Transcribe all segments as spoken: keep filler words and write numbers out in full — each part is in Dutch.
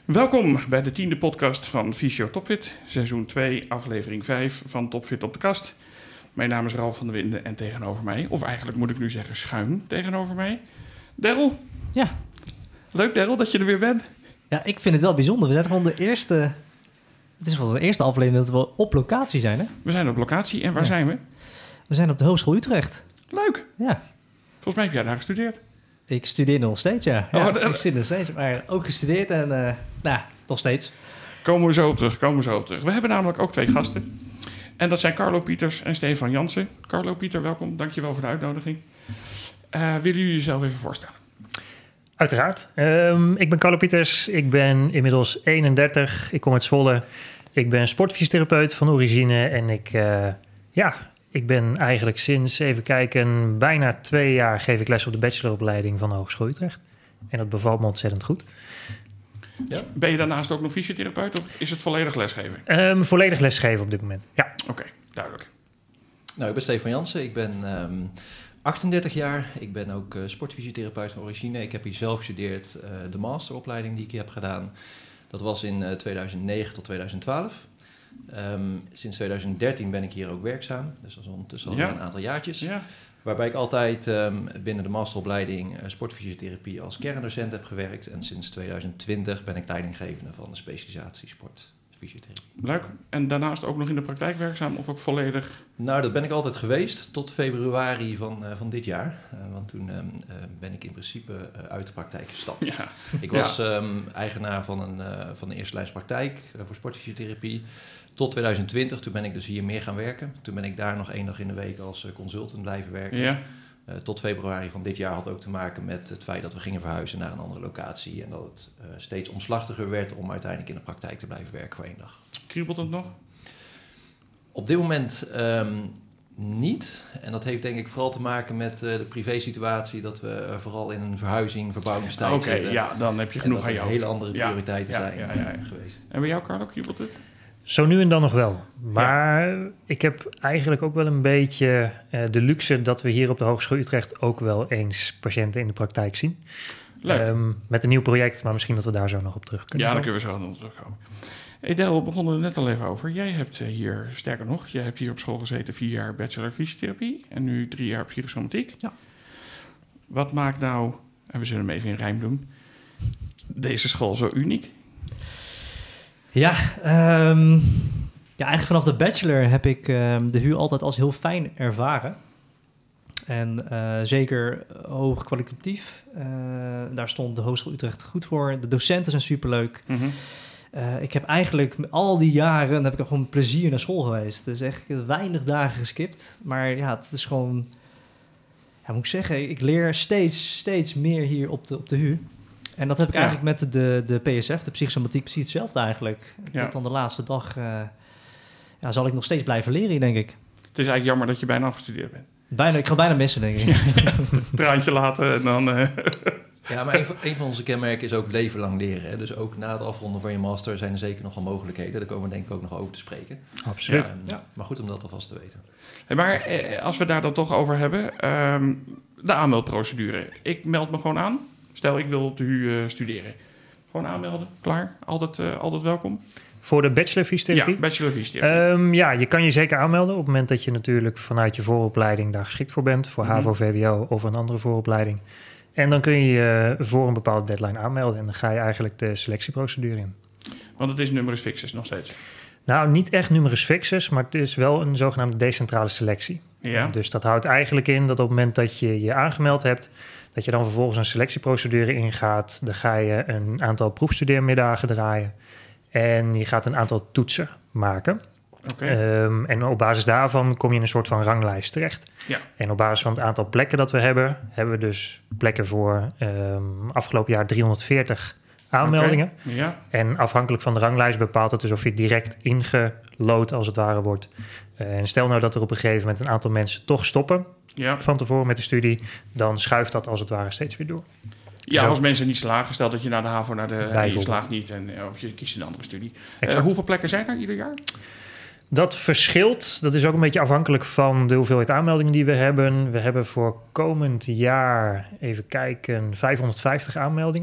Welkom bij de tiende podcast van Fysio Topfit, seizoen twee, aflevering vijf van Topfit op de kast. Mijn naam is Ralf van der Winden en tegenover mij, of eigenlijk moet ik nu zeggen schuin tegenover mij, Daryl. Ja. Leuk Daryl dat je er weer bent. Ja, ik vind het wel bijzonder. We zijn gewoon de eerste... Het is wel de eerste aflevering dat we op locatie zijn, hè? We zijn op locatie en waar Ja. zijn we? We zijn op de Hogeschool Utrecht. Leuk. Ja. Volgens mij heb jij daar gestudeerd. Ik studeer nog steeds, ja. ja Oh, de- ik studeer nog steeds, maar ook gestudeerd en... Uh, nou, nog steeds. Komen we zo op terug, komen we zo op terug. We hebben namelijk ook twee gasten. En dat zijn Carlo Pieters en Stefan Jansen. Carlo Pieter, welkom. Dankjewel voor de uitnodiging. Uh, willen jullie jezelf even voorstellen? Uiteraard. Um, ik ben Carlo Pieters. Ik ben inmiddels eenendertig. Ik kom uit Zwolle. Ik ben sportfysiotherapeut van origine. En ik, uh, ja, ik ben eigenlijk sinds, even kijken, bijna twee jaar geef ik les op de bacheloropleiding van de Hogeschool Utrecht. En dat bevalt me ontzettend goed. Ja. Ben je daarnaast ook nog fysiotherapeut of is het volledig lesgeven? Um, volledig lesgeven op dit moment, ja. Oké, okay, duidelijk. Nou, ik ben Stefan Jansen. Ik ben um, achtendertig jaar. Ik ben ook uh, sportfysiotherapeut van origine. Ik heb hier zelf gestudeerd uh, de masteropleiding die ik hier heb gedaan. Dat was in uh, tweeduizend negen tot tweeduizend twaalf. Um, sinds tweeduizend dertien ben ik hier ook werkzaam. Dus dat is ondertussen al ja. een aantal jaartjes. Ja. Waarbij ik altijd um, binnen de masteropleiding uh, sportfysiotherapie als kerndocent heb gewerkt. En sinds tweeduizend twintig ben ik leidinggevende van de specialisatie sportfysiotherapie. Leuk. En daarnaast ook nog in de praktijk werkzaam of ook volledig? Nou, dat ben ik altijd geweest tot februari van, uh, van dit jaar. Uh, want toen um, uh, ben ik in principe uh, uit de praktijk gestapt. Ja. Ik was ja. um, eigenaar van een, uh, van een eerste lijnspraktijk uh, voor sportfysiotherapie. Tot tweeduizend twintig, toen ben ik dus hier meer gaan werken. Toen ben ik daar nog één dag in de week als uh, consultant blijven werken. Ja. Uh, tot februari van dit jaar had ook te maken met het feit dat we gingen verhuizen naar een andere locatie. En dat het uh, steeds omslachtiger werd om uiteindelijk in de praktijk te blijven werken voor één dag. Kriebelt het nog? Op dit moment um, niet. En dat heeft denk ik vooral te maken met uh, de privésituatie. Dat we uh, vooral in een verhuizing, verbouwingstijd okay, zitten. ja, dan heb je genoeg aan je hoofd. hele andere prioriteiten ja, zijn ja, ja, ja. geweest. En bij jou, Carlo, kriebelt het? Zo nu en dan nog wel. Maar ja. ik heb eigenlijk ook wel een beetje uh, de luxe dat we hier op de Hogeschool Utrecht ook wel eens patiënten in de praktijk zien. Leuk. Um, met een nieuw project, maar misschien dat we daar zo nog op terug kunnen Ja, komen. daar kunnen we zo nog terugkomen. Hey Del, we begonnen er net al even over. Jij hebt hier, sterker nog, jij hebt hier op school gezeten vier jaar bachelor fysiotherapie en nu drie jaar psychosomatiek. Ja. Wat maakt nou, en we zullen hem even in rijm doen, deze school zo uniek? Ja, um, ja, eigenlijk vanaf de bachelor heb ik um, de H U altijd als heel fijn ervaren. En uh, zeker hoog kwalitatief. Uh, daar stond de Hogeschool Utrecht goed voor. De docenten zijn superleuk. Mm-hmm. Uh, ik heb eigenlijk al die jaren heb ik gewoon plezier naar school geweest. Dus echt weinig dagen geskipt. Maar ja, het is gewoon... Ja, moet ik zeggen, ik leer steeds, steeds meer hier op de, op de H U. En dat heb ik ja. eigenlijk met de, de P S F, de psychosomatiek, precies hetzelfde eigenlijk. Ja. Tot aan de laatste dag uh, ja, zal ik nog steeds blijven leren, denk ik. Het is eigenlijk jammer dat je bijna afgestudeerd bent. Bijna, ik ga bijna missen, denk ik. Traantje laten en dan... Uh... Ja, maar een van, een van onze kenmerken is ook leven lang leren. Hè? Dus ook na het afronden van je master zijn er zeker nog wel mogelijkheden. Daar komen we denk ik ook nog over te spreken. Absoluut. Ja, ja. Maar goed om dat alvast te weten. Hey, maar eh, als we daar dan toch over hebben, um, de aanmeldprocedure. Ik meld me gewoon aan. Stel, ik wil op de H U uh, studeren. Gewoon aanmelden, klaar. Altijd, uh, altijd welkom. Voor de bachelor fysiotherapie? Ja, bachelor fysiotherapie. Um, ja, je kan je zeker aanmelden op het moment dat je natuurlijk vanuit je vooropleiding daar geschikt voor bent. Voor mm-hmm. H A V O, V W O of een andere vooropleiding. En dan kun je je voor een bepaalde deadline aanmelden. En dan ga je eigenlijk de selectieprocedure in. Want het is numerus fixus nog steeds? Nou, niet echt numerus fixus, maar het is wel een zogenaamde decentrale selectie. Ja. Dus dat houdt eigenlijk in dat op het moment dat je je aangemeld hebt, dat je dan vervolgens een selectieprocedure ingaat. Dan ga je een aantal proefstudeermiddagen draaien. En je gaat een aantal toetsen maken. Okay. Um, en op basis daarvan kom je in een soort van ranglijst terecht. Ja. En op basis van het aantal plekken dat we hebben, hebben we dus plekken voor um, afgelopen jaar driehonderdveertig aanmeldingen. Okay. Ja. En afhankelijk van de ranglijst bepaalt het dus of je direct ingelood als het ware wordt. Uh, en stel nou dat er op een gegeven moment een aantal mensen toch stoppen ja. van tevoren met de studie, dan schuift dat als het ware steeds weer door. Ja, Zo. Als mensen niet slagen, stel dat je naar de HAVO, naar de je slaagt niet en of je kiest een andere studie. Uh, hoeveel plekken zijn er ieder jaar? Dat verschilt. Dat is ook een beetje afhankelijk van de hoeveelheid aanmeldingen die we hebben. We hebben voor komend jaar, even kijken, vijfhonderdvijftig aanmeldingen.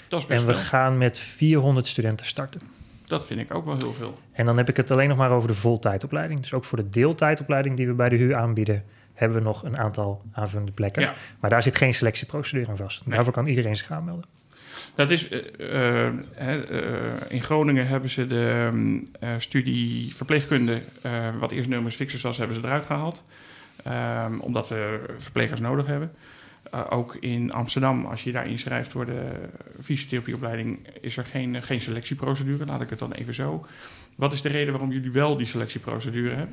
Dat is best En we veel. gaan met vierhonderd studenten starten. Dat vind ik ook wel heel veel. En dan heb ik het alleen nog maar over de voltijdopleiding. Dus ook voor de deeltijdopleiding die we bij de H U aanbieden, hebben we nog een aantal aanvullende plekken. Ja. Maar daar zit geen selectieprocedure aan vast. Nee. Daarvoor kan iedereen zich aanmelden. Dat is, uh, uh, uh, in Groningen hebben ze de um, uh, studie verpleegkunde, uh, wat eerst nummers fixers was, hebben ze eruit gehaald. Um, omdat we verplegers nodig hebben. Uh, ook in Amsterdam, als je daar inschrijft voor de fysiotherapieopleiding, is er geen, uh, geen selectieprocedure. Laat ik het dan even zo. Wat is de reden waarom jullie wel die selectieprocedure hebben?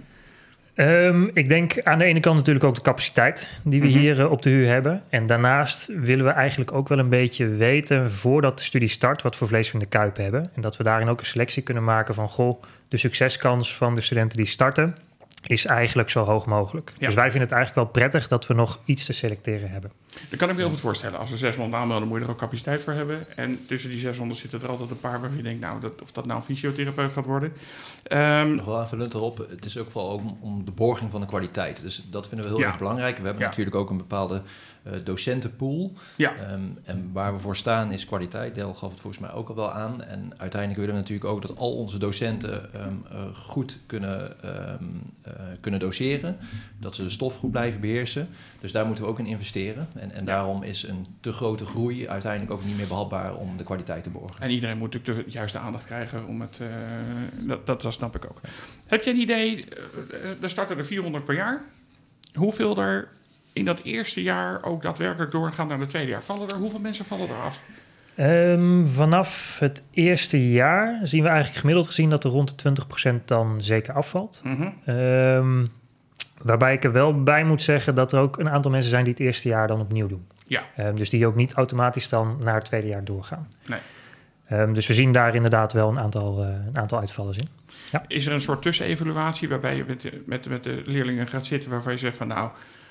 Um, ik denk aan de ene kant natuurlijk ook de capaciteit die we Mm-hmm. hier uh, op de H U hebben. En daarnaast willen we eigenlijk ook wel een beetje weten voordat de studie start wat voor vlees we in de kuip hebben. En dat we daarin ook een selectie kunnen maken van goh, de succeskans van de studenten die starten is eigenlijk zo hoog mogelijk. Ja. Dus wij vinden het eigenlijk wel prettig dat we nog iets te selecteren hebben. Dat kan ik me heel goed voorstellen. Als er zeshonderd aanmelden, moet je er ook capaciteit voor hebben. En tussen die zeshonderd zitten er altijd een paar waarvan je denkt, nou, dat, of dat nou een fysiotherapeut gaat worden. Um, Nog wel aanvullend erop, het is ook vooral ook om, om de borging van de kwaliteit. Dus dat vinden we heel Ja. erg belangrijk. We hebben Ja. natuurlijk ook een bepaalde uh, docentenpool. Ja. Um, en waar we voor staan is kwaliteit. Del gaf het volgens mij ook al wel aan. En uiteindelijk willen we natuurlijk ook dat al onze docenten um, uh, goed kunnen, um, uh, kunnen doseren. Dat ze de stof goed blijven beheersen. Dus daar moeten we ook in investeren. En, en daarom is een te grote groei uiteindelijk ook niet meer behapbaar om de kwaliteit te borgen. En iedereen moet natuurlijk de juiste aandacht krijgen om het... Uh, dat, dat, dat snap ik ook. Heb je een idee, uh, er starten er vierhonderd per jaar. Hoeveel er in dat eerste jaar ook daadwerkelijk doorgaan naar het tweede jaar? Vallen er, hoeveel mensen vallen er af? Um, vanaf het eerste jaar zien we eigenlijk gemiddeld gezien dat er rond de twintig procent dan zeker afvalt. Mm-hmm. Um, waarbij ik er wel bij moet zeggen dat er ook een aantal mensen zijn die het eerste jaar dan opnieuw doen. Ja. Um, dus die ook niet automatisch dan naar het tweede jaar doorgaan. Nee. Um, dus we zien daar inderdaad wel een aantal, uh, een aantal uitvallers in. Ja. Is er een soort tussenevaluatie waarbij je met de, met, met de leerlingen gaat zitten waarvan je zegt van nou,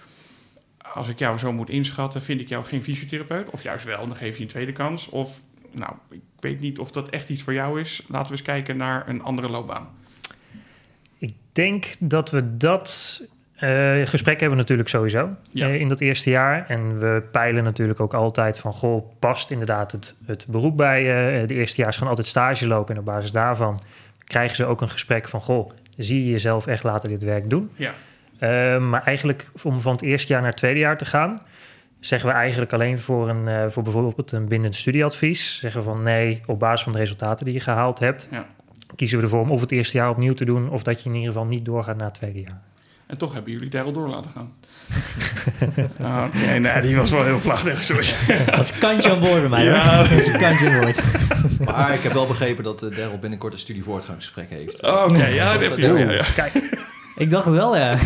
als ik jou zo moet inschatten, vind ik jou geen fysiotherapeut? Of juist wel, dan geef je een tweede kans. Of nou, ik weet niet of dat echt iets voor jou is. Laten we eens kijken naar een andere loopbaan. Ik denk dat we dat uh, gesprek hebben we natuurlijk sowieso Ja. uh, in dat eerste jaar. En we peilen natuurlijk ook altijd van, goh, past inderdaad het, het beroep bij je? De eerstejaars gaan altijd stage lopen en op basis daarvan krijgen ze ook een gesprek van, goh, zie je jezelf echt later dit werk doen? Ja. Uh, maar eigenlijk om van het eerste jaar naar het tweede jaar te gaan, zeggen we eigenlijk alleen voor, een, uh, voor bijvoorbeeld een bindend studieadvies. Zeggen we van nee, op basis van de resultaten die je gehaald hebt, Ja. kiezen we ervoor om of het eerste jaar opnieuw te doen, of dat je in ieder geval niet doorgaat naar het tweede jaar. En toch hebben jullie daar al door laten gaan. oh, Oké, okay, nee, die was wel heel flauw. Nee, sorry. Dat is kantje aan boord bij mij. Ja. Hoor. Dat is kantje aan boord. Maar ik heb wel begrepen dat uh, Daryl binnenkort een studievoortgangsgesprek heeft. Oh, Oké, okay, ja, dat heb je. Ja, ja. Kijk. Ik dacht het wel, ja.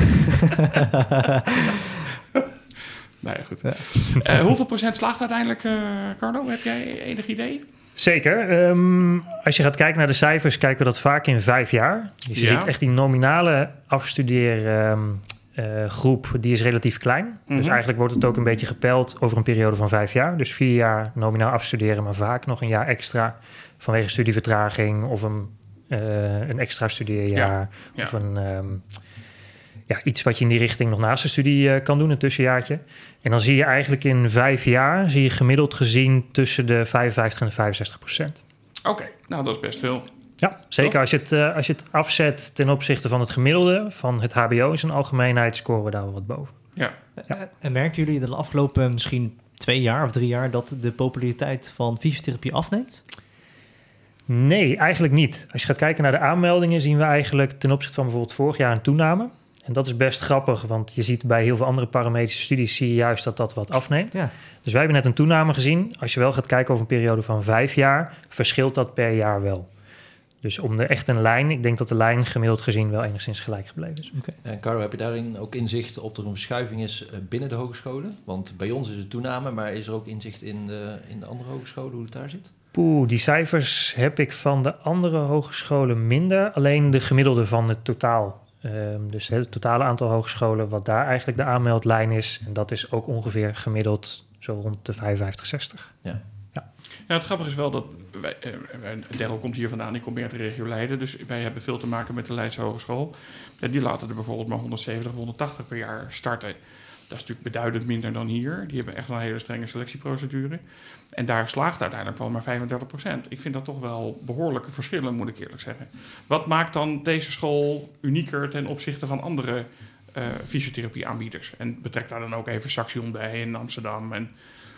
Nee, goed. Ja. Uh, hoeveel procent slaagt uiteindelijk, uh, Carlo? Heb jij enig idee? Zeker. Um, als je gaat kijken naar de cijfers, kijken we dat vaak in vijf jaar. Dus je Ja. ziet echt die nominale afstudeergroep, um, uh, groep, die is relatief klein. Mm-hmm. Dus eigenlijk wordt het ook een beetje gepeld over een periode van vijf jaar. Dus vier jaar nominaal afstuderen, maar vaak nog een jaar extra vanwege studievertraging of een, uh, een extra studeerjaar. Ja. Ja. Of een, um, ja, iets wat je in die richting nog naast de studie uh, kan doen, een tussenjaartje. En dan zie je eigenlijk in vijf jaar, zie je gemiddeld gezien tussen de vijfenvijftig en de vijfenzestig procent. Oké, okay, nou dat is best veel. Ja, zeker. Als je, het, uh, als je het afzet ten opzichte van het gemiddelde van het H B O in zijn algemeenheid, scoren we daar wel wat boven. Ja. Ja. En merken jullie de afgelopen misschien twee jaar of drie jaar dat de populariteit van fysiotherapie afneemt? Nee, eigenlijk niet. Als je gaat kijken naar de aanmeldingen, zien we eigenlijk ten opzichte van bijvoorbeeld vorig jaar een toename. En dat is best grappig, want je ziet bij heel veel andere parametrische studies zie je juist dat dat wat afneemt. Ja. Dus wij hebben net een toename gezien. Als je wel gaat kijken over een periode van vijf jaar, verschilt dat per jaar wel. Dus om de echt een lijn, ik denk dat de lijn gemiddeld gezien wel enigszins gelijk gebleven is. Okay. En Carlo, heb je daarin ook inzicht of er een verschuiving is binnen de hogescholen? Want bij ons is het toename, maar is er ook inzicht in de, in de andere hogescholen hoe het daar zit? Poeh, die cijfers heb ik van de andere hogescholen minder. Alleen de gemiddelde van het totaal. Um, dus het totale aantal hogescholen, wat daar eigenlijk de aanmeldlijn is. En dat is ook ongeveer gemiddeld zo rond de vijfenvijftig, zestig. Ja. Ja, het grappige is wel dat wij, uh, Daryl komt hier vandaan, die komt meer uit de regio Leiden, dus wij hebben veel te maken met de Leidse Hogeschool. Ja, die laten er bijvoorbeeld maar honderdzeventig of honderdtachtig per jaar starten. Dat is natuurlijk beduidend minder dan hier. Die hebben echt een hele strenge selectieprocedure. En daar slaagt uiteindelijk wel maar vijfendertig procent. Ik vind dat toch wel behoorlijke verschillen, moet ik eerlijk zeggen. Wat maakt dan deze school unieker ten opzichte van andere uh, fysiotherapieaanbieders? En betrek daar dan ook even Saxion bij in Amsterdam. En...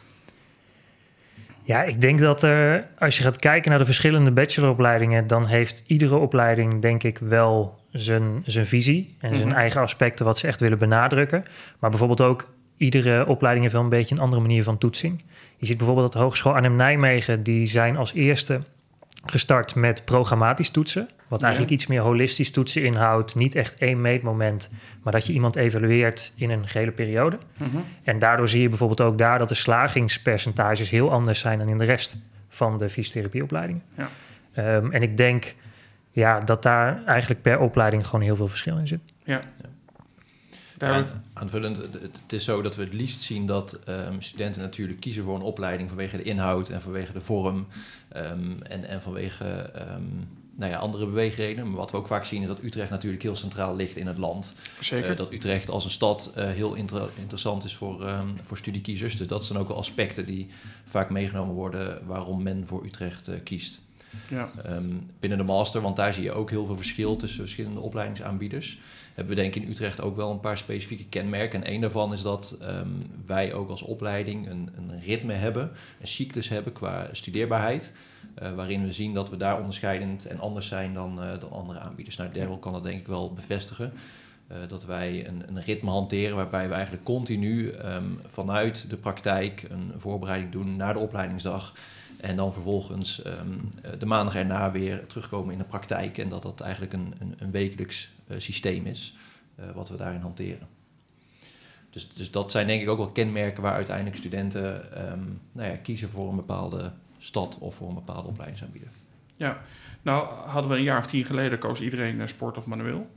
Ja, ik denk dat er, als je gaat kijken naar de verschillende bacheloropleidingen, dan heeft iedere opleiding, denk ik, wel zijn, zijn visie en zijn Mm-hmm. eigen aspecten wat ze echt willen benadrukken. Maar bijvoorbeeld ook, iedere opleiding heeft wel een beetje een andere manier van toetsing. Je ziet bijvoorbeeld dat de Hogeschool Arnhem-Nijmegen, die zijn als eerste gestart met programmatisch toetsen. Wat eigenlijk Ja. iets meer holistisch toetsen inhoudt. Niet echt één meetmoment, maar dat je iemand evalueert in een gehele periode. Mm-hmm. En daardoor zie je bijvoorbeeld ook daar dat de slagingspercentages heel anders zijn dan in de rest van de fysiotherapieopleidingen. Ja. Um, en ik denk ja, dat daar eigenlijk per opleiding gewoon heel veel verschil in zit. Ja. Ja, en aanvullend, het, het is zo dat we het liefst zien dat um, studenten natuurlijk kiezen voor een opleiding vanwege de inhoud en vanwege de vorm um, en, en vanwege um, nou ja, andere beweegredenen. Maar wat we ook vaak zien is dat Utrecht natuurlijk heel centraal ligt in het land. Zeker. Uh, dat Utrecht als een stad uh, heel inter- interessant is voor, um, voor studiekiezers. Dus dat zijn ook wel aspecten die vaak meegenomen worden waarom men voor Utrecht uh, kiest. Ja. Um, binnen de master, want daar zie je ook heel veel verschil tussen verschillende opleidingsaanbieders. Hebben we denk ik in Utrecht ook wel een paar specifieke kenmerken. En één daarvan is dat um, wij ook als opleiding een, een ritme hebben, een cyclus hebben qua studeerbaarheid. Uh, waarin we zien dat we daar onderscheidend en anders zijn dan, uh, dan andere aanbieders. Nou, Daryl kan dat denk ik wel bevestigen. Uh, dat wij een, een ritme hanteren waarbij we eigenlijk continu um, vanuit de praktijk een voorbereiding doen naar de opleidingsdag. En dan vervolgens um, de maandag erna weer terugkomen in de praktijk. En dat dat eigenlijk een, een, een wekelijks uh, systeem is uh, wat we daarin hanteren. Dus, dus dat zijn denk ik ook wel kenmerken waar uiteindelijk studenten um, nou ja, kiezen voor een bepaalde stad of voor een bepaalde opleidingsaanbieder. Ja, nou hadden we een jaar of tien geleden koos iedereen uh, sport of manueel.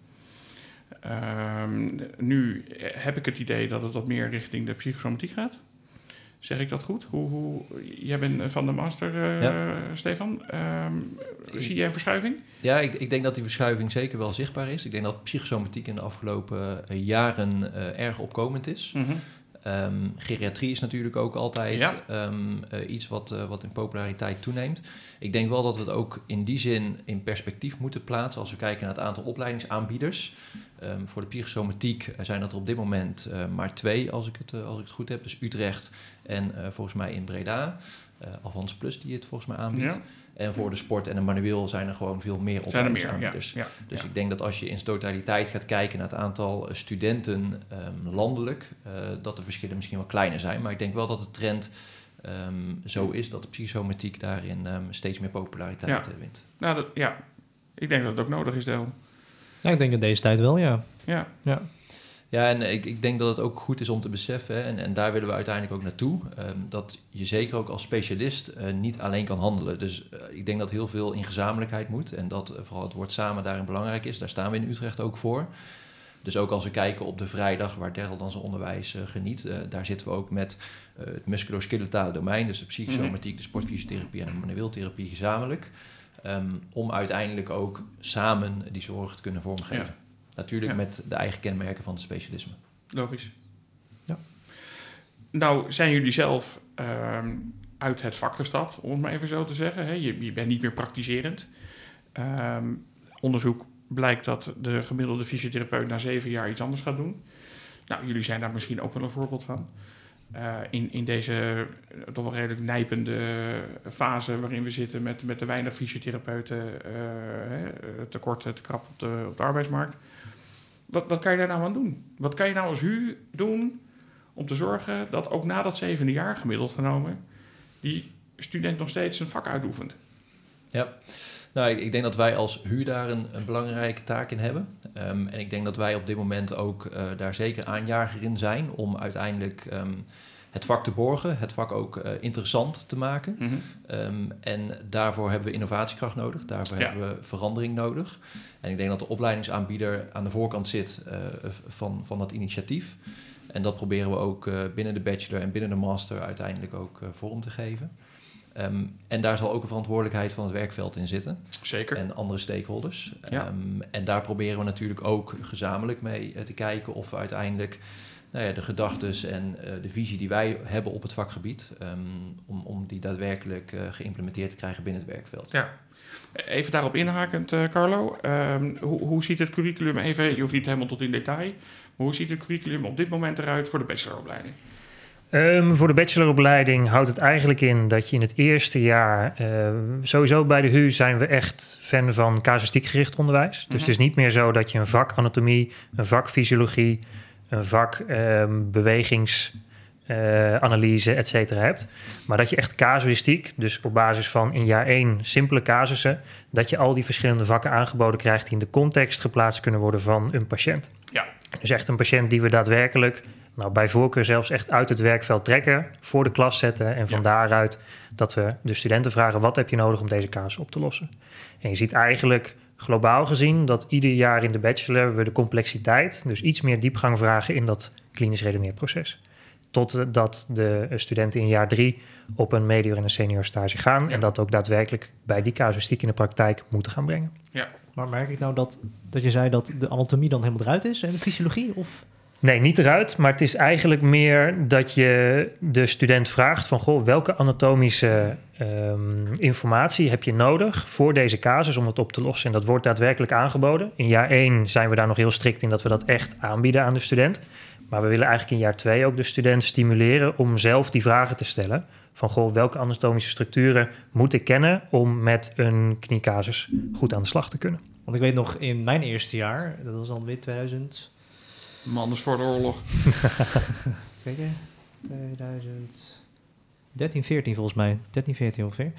Um, nu heb ik het idee dat het wat meer richting de psychosomatiek gaat. Zeg ik dat goed? Hoe, hoe, jij bent van de master, uh, ja. Stefan. Um, zie jij een verschuiving? Ja, ik, ik denk dat die verschuiving zeker wel zichtbaar is. Ik denk dat psychosomatiek in de afgelopen uh, jaren uh, erg opkomend is. Mm-hmm. Um, geriatrie is natuurlijk ook altijd ja. um, uh, iets wat, uh, wat in populariteit toeneemt. Ik denk wel dat we het ook in die zin in perspectief moeten plaatsen als we kijken naar het aantal opleidingsaanbieders. Um, voor de psychosomatiek zijn dat er op dit moment uh, maar twee, als ik, het, uh, als ik het goed heb. Dus Utrecht en uh, volgens mij in Breda. Uh, Avans Plus die het volgens mij aanbiedt. Ja. En voor de sport en de manueel zijn er gewoon veel meer opleidingsaanbieders. Ja, ja, dus ja. ik denk dat als je in totaliteit gaat kijken naar het aantal studenten um, landelijk, uh, dat de verschillen misschien wel kleiner zijn. Maar ik denk wel dat de trend um, zo is dat de psychosomatiek daarin um, steeds meer populariteit ja. wint. Nou, dat, ja, ik denk dat het ook nodig is, Del. Ja, ik denk in deze tijd wel, ja. Ja. Ja. Ja, en ik, ik denk dat het ook goed is om te beseffen, hè, en, en daar willen we uiteindelijk ook naartoe, um, dat je zeker ook als specialist uh, niet alleen kan handelen. Dus uh, ik denk dat heel veel in gezamenlijkheid moet en dat uh, vooral het woord samen daarin belangrijk is. Daar staan we in Utrecht ook voor. Dus ook als we kijken op de vrijdag waar Daryl dan zijn onderwijs uh, geniet, uh, daar zitten we ook met uh, het musculoskeletale domein, dus de psychosomatiek, de sportfysiotherapie en de manueeltherapie gezamenlijk, um, om uiteindelijk ook samen die zorg te kunnen vormgeven. Ja. Natuurlijk ja. met de eigen kenmerken van het specialisme. Logisch. Ja. Nou, zijn jullie zelf uh, uit het vak gestapt, om het maar even zo te zeggen. Hè? Je, je bent niet meer praktiserend. Uh, onderzoek blijkt dat de gemiddelde fysiotherapeut na zeven jaar iets anders gaat doen. Nou, jullie zijn daar misschien ook wel een voorbeeld van. Uh, in, in deze uh, toch wel redelijk nijpende fase waarin we zitten met, met de weinig fysiotherapeuten, uh, hè, tekort, te krap op de, op de arbeidsmarkt. Wat, wat kan je daar nou aan doen? Wat kan je nou als H U doen om te zorgen dat ook na dat zevende jaar gemiddeld genomen die student nog steeds een vak uitoefent? Ja, nou, ik, ik denk dat wij als H U daar een, een belangrijke taak in hebben. Um, en ik denk dat wij op dit moment ook uh, daar zeker aanjager in zijn om uiteindelijk um, het vak te borgen, het vak ook uh, interessant te maken. Mm-hmm. Um, en daarvoor hebben we innovatiekracht nodig, daarvoor ja. hebben we verandering nodig. En ik denk dat de opleidingsaanbieder aan de voorkant zit uh, van, van dat initiatief. En dat proberen we ook uh, binnen de bachelor en binnen de master uiteindelijk ook uh, vorm te geven. Um, en daar zal ook een verantwoordelijkheid van het werkveld in zitten. Zeker. En andere stakeholders. Ja. Um, en daar proberen we natuurlijk ook gezamenlijk mee uh, te kijken of we uiteindelijk nou ja, de gedachtes en uh, de visie die wij hebben op het vakgebied, um, om, om die daadwerkelijk uh, geïmplementeerd te krijgen binnen het werkveld. Ja. Even daarop inhakend, uh, Carlo. Um, hoe, hoe ziet het curriculum, even, je hoeft niet helemaal tot in detail, maar hoe ziet het curriculum op dit moment eruit voor de bacheloropleiding? Um, voor de bacheloropleiding houdt het eigenlijk in dat je in het eerste jaar... Uh, sowieso bij de H U zijn we echt fan van casuïstiek gericht onderwijs. Dus mm-hmm. Het is niet meer zo dat je een vak anatomie, een vak fysiologie, een vak um, bewegingsanalyse, uh, et cetera hebt. Maar dat je echt casuïstiek, dus op basis van in jaar één simpele casussen, dat je al die verschillende vakken aangeboden krijgt die in de context geplaatst kunnen worden van een patiënt. Ja. Dus echt een patiënt die we daadwerkelijk... Nou, bij voorkeur zelfs echt uit het werkveld trekken, voor de klas zetten en van ja. daaruit dat we de studenten vragen, wat heb je nodig om deze casus op te lossen? En je ziet eigenlijk globaal gezien dat ieder jaar in de bachelor we de complexiteit, dus iets meer diepgang vragen in dat klinisch redeneerproces. Totdat de studenten in jaar drie op een medior en een senior stage gaan ja. en dat ook daadwerkelijk bij die casuïstiek in de praktijk moeten gaan brengen. Ja. Maar merk ik nou dat, dat je zei dat de anatomie dan helemaal eruit is en de fysiologie? Of... Nee, niet eruit, maar het is eigenlijk meer dat je de student vraagt van... goh, welke anatomische um, informatie heb je nodig voor deze casus om het op te lossen? En dat wordt daadwerkelijk aangeboden. In jaar één zijn we daar nog heel strikt in dat we dat echt aanbieden aan de student. Maar we willen eigenlijk in jaar twee ook de student stimuleren om zelf die vragen te stellen. Van goh, welke anatomische structuren moet ik kennen om met een kniecasus goed aan de slag te kunnen? Want ik weet nog in mijn eerste jaar, dat was dan weer tweeduizend... Man, dus voor de oorlog. Kijk hè, twintig dertien, veertien volgens mij. dertien, veertien ongeveer.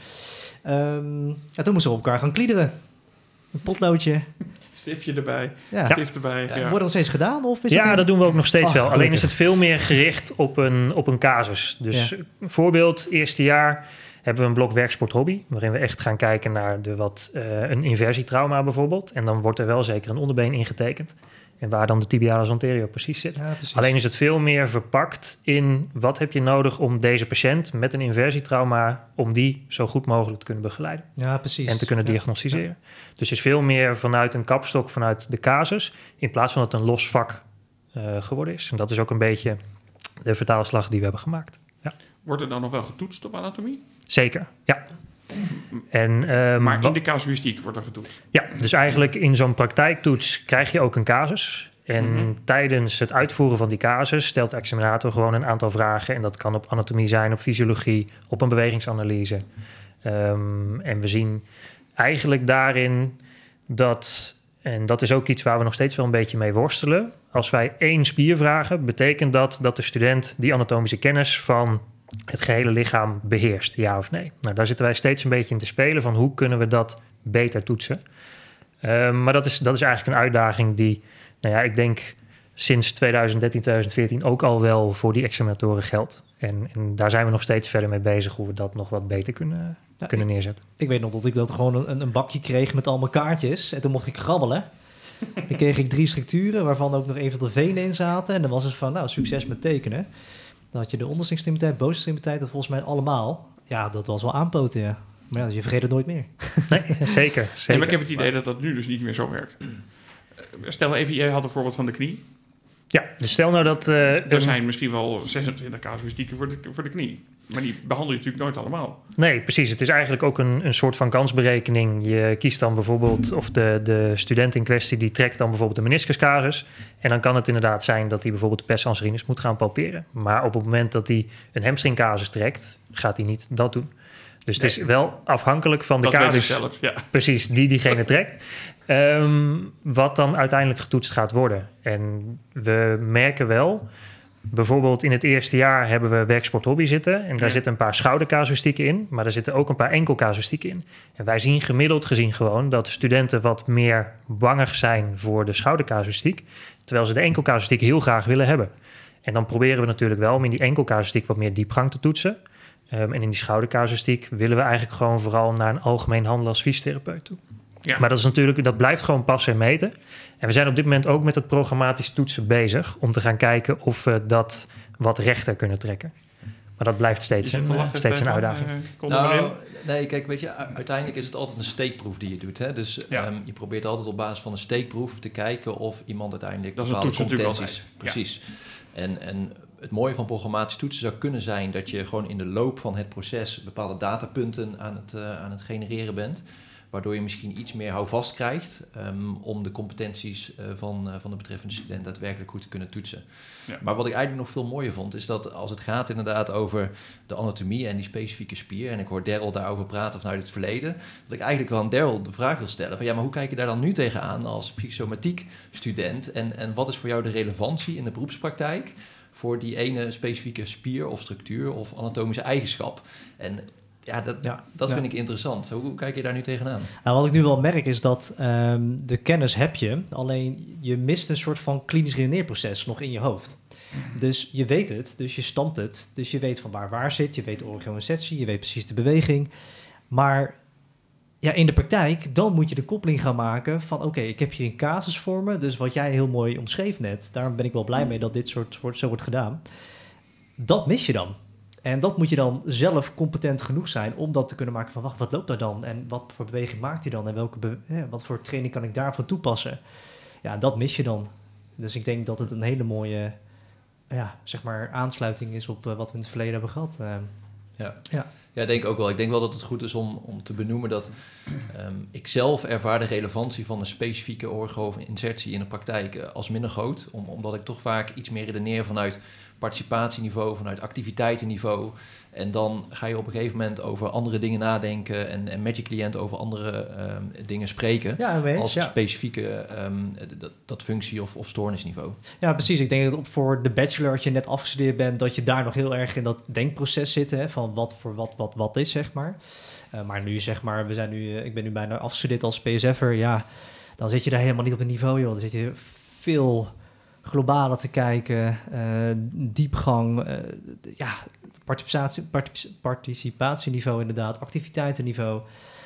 Um, en toen moesten we op elkaar gaan kliederen. Een potloodje. Stiftje erbij. Ja. Stift erbij. Ja. Ja. Wordt dat nog steeds gedaan? Of is ja, een... dat doen we ook nog steeds oh, wel. Alleen gelukkig. is het veel meer gericht op een, op een casus. Dus Ja. voorbeeld, eerste jaar hebben we een blok werksport hobby, waarin we echt gaan kijken naar de wat, uh, een inversietrauma bijvoorbeeld. En dan wordt er wel zeker een onderbeen ingetekend. En waar dan de tibialis anterior precies zit. Ja, precies. Alleen is het veel meer verpakt in wat heb je nodig om deze patiënt met een inversietrauma, om die zo goed mogelijk te kunnen begeleiden. Ja, precies. En te kunnen ja. diagnosticeren. Ja. Dus het is veel meer vanuit een kapstok, vanuit de casus, in plaats van dat het een los vak uh, geworden is. En dat is ook een beetje de vertaalslag die we hebben gemaakt. Ja. Wordt er dan nog wel getoetst op anatomie? Zeker, ja. En, um, maar in de casuïstiek wordt er getoetst? Ja, dus eigenlijk in zo'n praktijktoets krijg je ook een casus. En mm-hmm. tijdens het uitvoeren van die casus stelt de examinator gewoon een aantal vragen. En dat kan op anatomie zijn, op fysiologie, op een bewegingsanalyse. Um, en we zien eigenlijk daarin dat, en dat is ook iets waar we nog steeds wel een beetje mee worstelen. Als wij één spier vragen, betekent dat dat de student die anatomische kennis van het gehele lichaam beheerst, ja of nee? Nou, daar zitten wij steeds een beetje in te spelen van hoe kunnen we dat beter toetsen. Um, maar dat is, dat is eigenlijk een uitdaging die, nou ja, ik denk sinds twintig dertien, twintig veertien ook al wel voor die examinatoren geldt. En, en daar zijn we nog steeds verder mee bezig hoe we dat nog wat beter kunnen, ja, kunnen ik, neerzetten. Ik weet nog dat ik dat gewoon een, een bakje kreeg met allemaal kaartjes en toen mocht ik grabbelen. Dan kreeg ik drie structuren waarvan ook nog even de venen in zaten. En dan was het van, nou, succes met tekenen. Dan had je de onderste extremiteit, bovenste extremiteit en volgens mij allemaal. Ja, dat was wel aanpoten, ja. Maar ja, je vergeet het nooit meer. Nee, zeker. zeker. Nee, maar ik heb het idee dat dat nu dus niet meer zo werkt. Stel even, jij had een voorbeeld van de knie. Ja, dus stel nou dat... Uh, er zijn misschien wel zesentwintig casuïstieken voor de, voor de knie. Maar die behandel je natuurlijk nooit allemaal. Nee, precies. Het is eigenlijk ook een, een soort van kansberekening. Je kiest dan bijvoorbeeld, of de, de student in kwestie die trekt dan bijvoorbeeld de meniscuscasus. En dan kan het inderdaad zijn dat hij bijvoorbeeld de pes anserines moet gaan palperen. Maar op het moment dat hij een hamstringcasus trekt, gaat hij niet dat doen. Dus nee, het is wel afhankelijk van de dat casus. Zelf, ja. Precies, die diegene trekt. Um, wat dan uiteindelijk getoetst gaat worden. En we merken wel, bijvoorbeeld in het eerste jaar hebben we werksport hobby zitten. En daar ja. zitten een paar schoudercasuïstieken in. Maar er zitten ook een paar enkelcasuïstieken in. En wij zien gemiddeld gezien gewoon dat studenten wat meer bangig zijn voor de schoudercasuïstiek. Terwijl ze de enkelcasuïstiek heel graag willen hebben. En dan proberen we natuurlijk wel om in die enkelcasuïstiek wat meer diepgang te toetsen. Um, en in die schoudercasuïstiek willen we eigenlijk gewoon vooral naar een algemeen handelen als fysiotherapeut toe. Ja. Maar dat is natuurlijk, dat blijft gewoon passen en meten. En we zijn op dit moment ook met het programmatisch toetsen bezig om te gaan kijken of we dat wat rechter kunnen trekken. Maar dat blijft steeds een, uh, steeds een uitdaging. Uh, nou, nee, kijk, weet je, uiteindelijk is het altijd een steekproef die je doet. Hè? Dus ja. um, je probeert altijd op basis van een steekproef te kijken of iemand uiteindelijk dat bepaalde competenties... Precies. En, en het mooie van programmatische toetsen zou kunnen zijn dat je gewoon in de loop van het proces bepaalde datapunten aan het, uh, aan het genereren bent. Waardoor je misschien iets meer houvast krijgt um, om de competenties uh, van, uh, van de betreffende student daadwerkelijk goed te kunnen toetsen. Ja. Maar wat ik eigenlijk nog veel mooier vond, is dat als het gaat inderdaad over de anatomie en die specifieke spier, en ik hoor Daryl daarover praten vanuit het verleden, dat ik eigenlijk wel aan Daryl de vraag wil stellen van ja, maar hoe kijk je daar dan nu tegenaan als psychosomatiek student en, en wat is voor jou de relevantie in de beroepspraktijk voor die ene specifieke spier of structuur of anatomische eigenschap? En ja, dat, ja, dat vind ja. ik interessant. Hoe, hoe kijk je daar nu tegenaan? Nou, wat ik nu wel merk is dat um, de kennis heb je, alleen je mist een soort van klinisch redeneerproces nog in je hoofd. Dus je weet het, dus je stamt het, dus je weet van waar waar zit, je weet de organisatie, je weet precies de beweging. Maar ja, in de praktijk, dan moet je de koppeling gaan maken van oké, okay, ik heb hier een casus voor me, dus wat jij heel mooi omschreef net, daarom ben ik wel blij mee dat dit soort wordt, zo wordt gedaan. Dat mis je dan. En dat moet je dan zelf competent genoeg zijn om dat te kunnen maken van wacht, wat loopt daar dan? En wat voor beweging maakt hij dan? En welke be- ja, wat voor training kan ik daarvoor toepassen? Ja, dat mis je dan. Dus ik denk dat het een hele mooie ja, zeg maar aansluiting is op uh, wat we in het verleden hebben gehad. Uh, ja. Ja. Ja, ik denk ook wel. Ik denk wel dat het goed is om, om te benoemen dat um, ik zelf ervaar de relevantie van een specifieke orgo-insertie in de praktijk uh, als minder groot. Om, omdat ik toch vaak iets meer redeneer vanuit participatieniveau, vanuit activiteitenniveau. En dan ga je op een gegeven moment over andere dingen nadenken en, en met je cliënt over andere um, dingen spreken. Ja, wees, als ja. specifieke um, dat, dat functie- of, of stoornisniveau. Ja, precies. Ik denk dat op voor de bachelor, als je net afgestudeerd bent, dat je daar nog heel erg in dat denkproces zit, hè, van wat voor wat, wat, wat is, zeg maar. Uh, maar nu, zeg maar, we zijn nu, uh, ik ben nu bijna afgestudeerd als P S F'er, ja, dan zit je daar helemaal niet op het niveau, joh. Dan zit je veel globaler te kijken, uh, diepgang, uh, ja, participatie, particip- participatieniveau inderdaad, activiteitenniveau.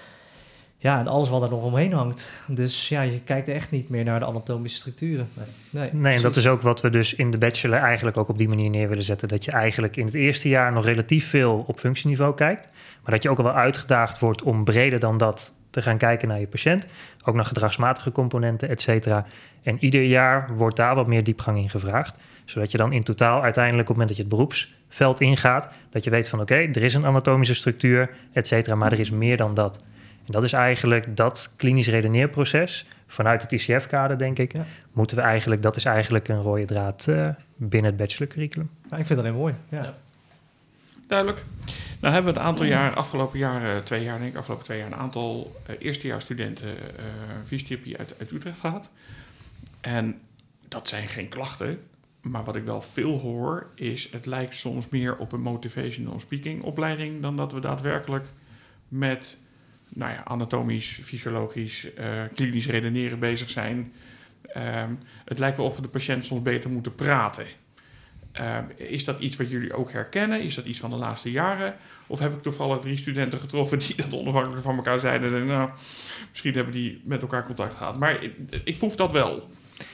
Ja, en alles wat er nog omheen hangt. Dus ja, je kijkt echt niet meer naar de anatomische structuren. Nee, nee, nee en dat is ook wat we dus in de bachelor eigenlijk ook op die manier neer willen zetten. Dat je eigenlijk in het eerste jaar nog relatief veel op functieniveau kijkt. Maar dat je ook al wel uitgedaagd wordt om breder dan dat te gaan kijken naar je patiënt. Ook naar gedragsmatige componenten, et cetera. En ieder jaar wordt daar wat meer diepgang in gevraagd. Zodat je dan in totaal uiteindelijk op het moment dat je het beroepsveld ingaat, dat je weet van oké, okay, er is een anatomische structuur, et cetera. Maar er is meer dan dat. En dat is eigenlijk dat klinisch redeneerproces vanuit het I C F-kader, denk ik, ja. moeten we eigenlijk, dat is eigenlijk een rode draad uh, binnen het bachelorcurriculum. Ja, ik vind dat heel mooi. Ja. Ja. Duidelijk. Nou hebben we een aantal jaar, afgelopen jaar, twee jaar denk ik, afgelopen twee jaar een aantal uh, eerstejaarsstudenten uh, fysiotherapie uit, uit Utrecht gehad. En dat zijn geen klachten, maar wat ik wel veel hoor is, het lijkt soms meer op een motivational speaking opleiding dan dat we daadwerkelijk met nou ja, anatomisch, fysiologisch, uh, klinisch redeneren bezig zijn. Um, het lijkt wel of we de patiënt soms beter moeten praten. Uh, is dat iets wat jullie ook herkennen? Is dat iets van de laatste jaren? Of heb ik toevallig drie studenten getroffen die dat onafhankelijk van elkaar zeiden? En, nou, misschien hebben die met elkaar contact gehad. Maar ik, ik proef dat wel.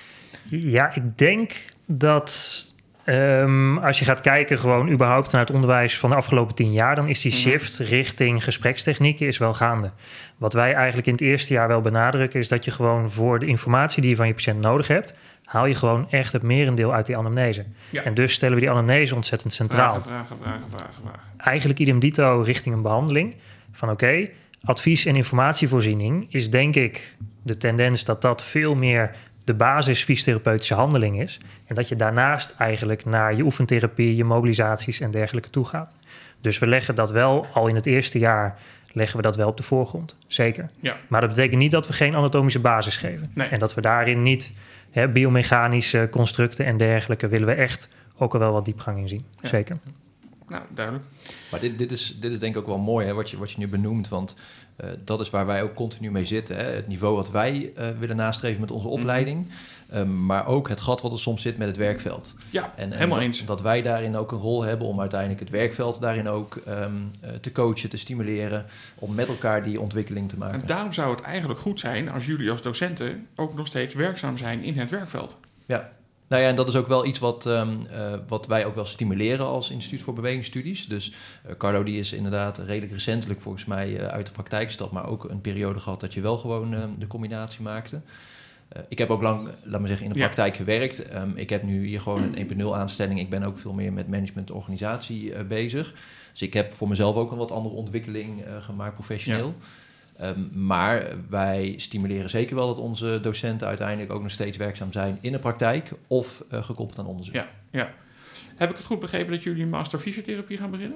Ja, ik denk dat um, als je gaat kijken gewoon überhaupt naar het onderwijs van de afgelopen tien jaar, dan is die shift mm-hmm. richting gesprekstechnieken is wel gaande. Wat wij eigenlijk in het eerste jaar wel benadrukken is dat je gewoon voor de informatie die je van je patiënt nodig hebt, haal je gewoon echt het merendeel uit die anamnese. Ja. En dus stellen we die anamnese ontzettend centraal. Vragen, vragen, vragen, vragen, vragen. Eigenlijk idem dito richting een behandeling. Van oké, okay, advies- en informatievoorziening is denk ik de tendens dat dat veel meer de basis fysiotherapeutische handeling is. En dat je daarnaast eigenlijk naar je oefentherapie, je mobilisaties en dergelijke toe gaat. Dus we leggen dat wel al in het eerste jaar leggen we dat wel op de voorgrond. Zeker. Ja. Maar dat betekent niet dat we geen anatomische basis geven. Nee. En dat we daarin niet hè, biomechanische constructen en dergelijke willen we echt ook al wel wat diepgang in zien. Ja. Zeker. Nou, duidelijk. Maar dit, dit, is, dit is denk ik ook wel mooi, hè, wat, je, wat je nu benoemt. Want uh, dat is waar wij ook continu mee zitten. Hè. Het niveau wat wij uh, willen nastreven met onze opleiding. Mm-hmm. Um, maar ook het gat wat er soms zit met het werkveld. Ja, en, en helemaal dat, eens. Dat wij daarin ook een rol hebben om uiteindelijk het werkveld daarin ook um, uh, te coachen, te stimuleren. Om met elkaar die ontwikkeling te maken. En daarom zou het eigenlijk goed zijn als jullie als docenten ook nog steeds werkzaam zijn in het werkveld. Ja. Nou ja, en dat is ook wel iets wat, um, uh, wat wij ook wel stimuleren als Instituut voor Bewegingsstudies. Dus uh, Carlo die is inderdaad redelijk recentelijk volgens mij uh, uit de praktijk gestapt, maar ook een periode gehad dat je wel gewoon uh, de combinatie maakte. Uh, ik heb ook lang, laat maar zeggen, in de Ja. praktijk gewerkt. Um, ik heb nu hier gewoon een één punt nul aanstelling. Ik ben ook veel meer met management en organisatie uh, bezig. Dus ik heb voor mezelf ook een wat andere ontwikkeling uh, gemaakt, professioneel. Ja. Um, maar wij stimuleren zeker wel dat onze docenten uiteindelijk ook nog steeds werkzaam zijn in de praktijk of uh, gekoppeld aan onderzoek. Ja, ja. Heb ik het goed begrepen dat jullie een master fysiotherapie gaan beginnen?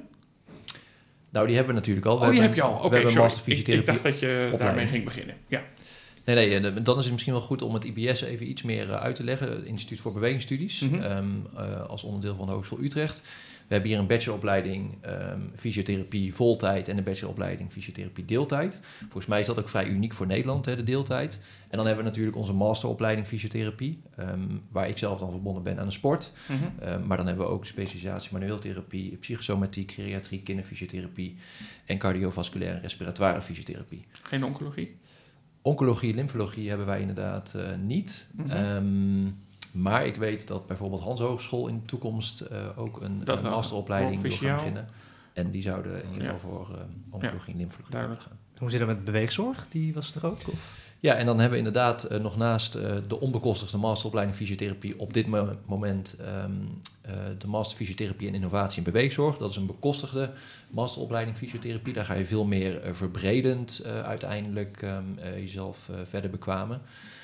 Nou, die hebben we natuurlijk al. We oh, die hebben, heb je al. Oké, okay, sorry. master fysiotherapie. Ik, ik dacht dat je opleiding. daarmee ging beginnen. Ja. Nee, nee, dan is het misschien wel goed om het I B S even iets meer uh, uit te leggen. Het Instituut voor Bewegingsstudies, mm-hmm. um, uh, als onderdeel van de Hogeschool Utrecht. We hebben hier een bacheloropleiding um, fysiotherapie voltijd en een bacheloropleiding fysiotherapie deeltijd. Volgens mij is dat ook vrij uniek voor Nederland, hè, de deeltijd. En dan hebben we natuurlijk onze masteropleiding fysiotherapie, um, waar ik zelf dan verbonden ben aan de sport. Mm-hmm. Um, maar dan hebben we ook specialisatie manueeltherapie, psychosomatiek, geriatrie, kinderfysiotherapie en cardiovasculaire en respiratoire fysiotherapie. Geen oncologie? Oncologie, lymfologie hebben wij inderdaad uh, niet. Mm-hmm. Um, maar ik weet dat bijvoorbeeld Hans Hogeschool in de toekomst uh, ook een, een masteropleiding wil gaan beginnen. En die zouden in ieder geval ja. voor uh, oncologie en lymfologie Duidelijk. gaan. Hoe zit het met beweegzorg? Die was er ook? Of? Ja, en dan hebben we inderdaad uh, nog naast uh, de onbekostigde masteropleiding fysiotherapie op dit mo- moment um, uh, de master fysiotherapie en innovatie in beweegzorg. Dat is een bekostigde masteropleiding fysiotherapie. Daar ga je veel meer uh, verbredend uh, uiteindelijk um, uh, jezelf uh, verder bekwamen.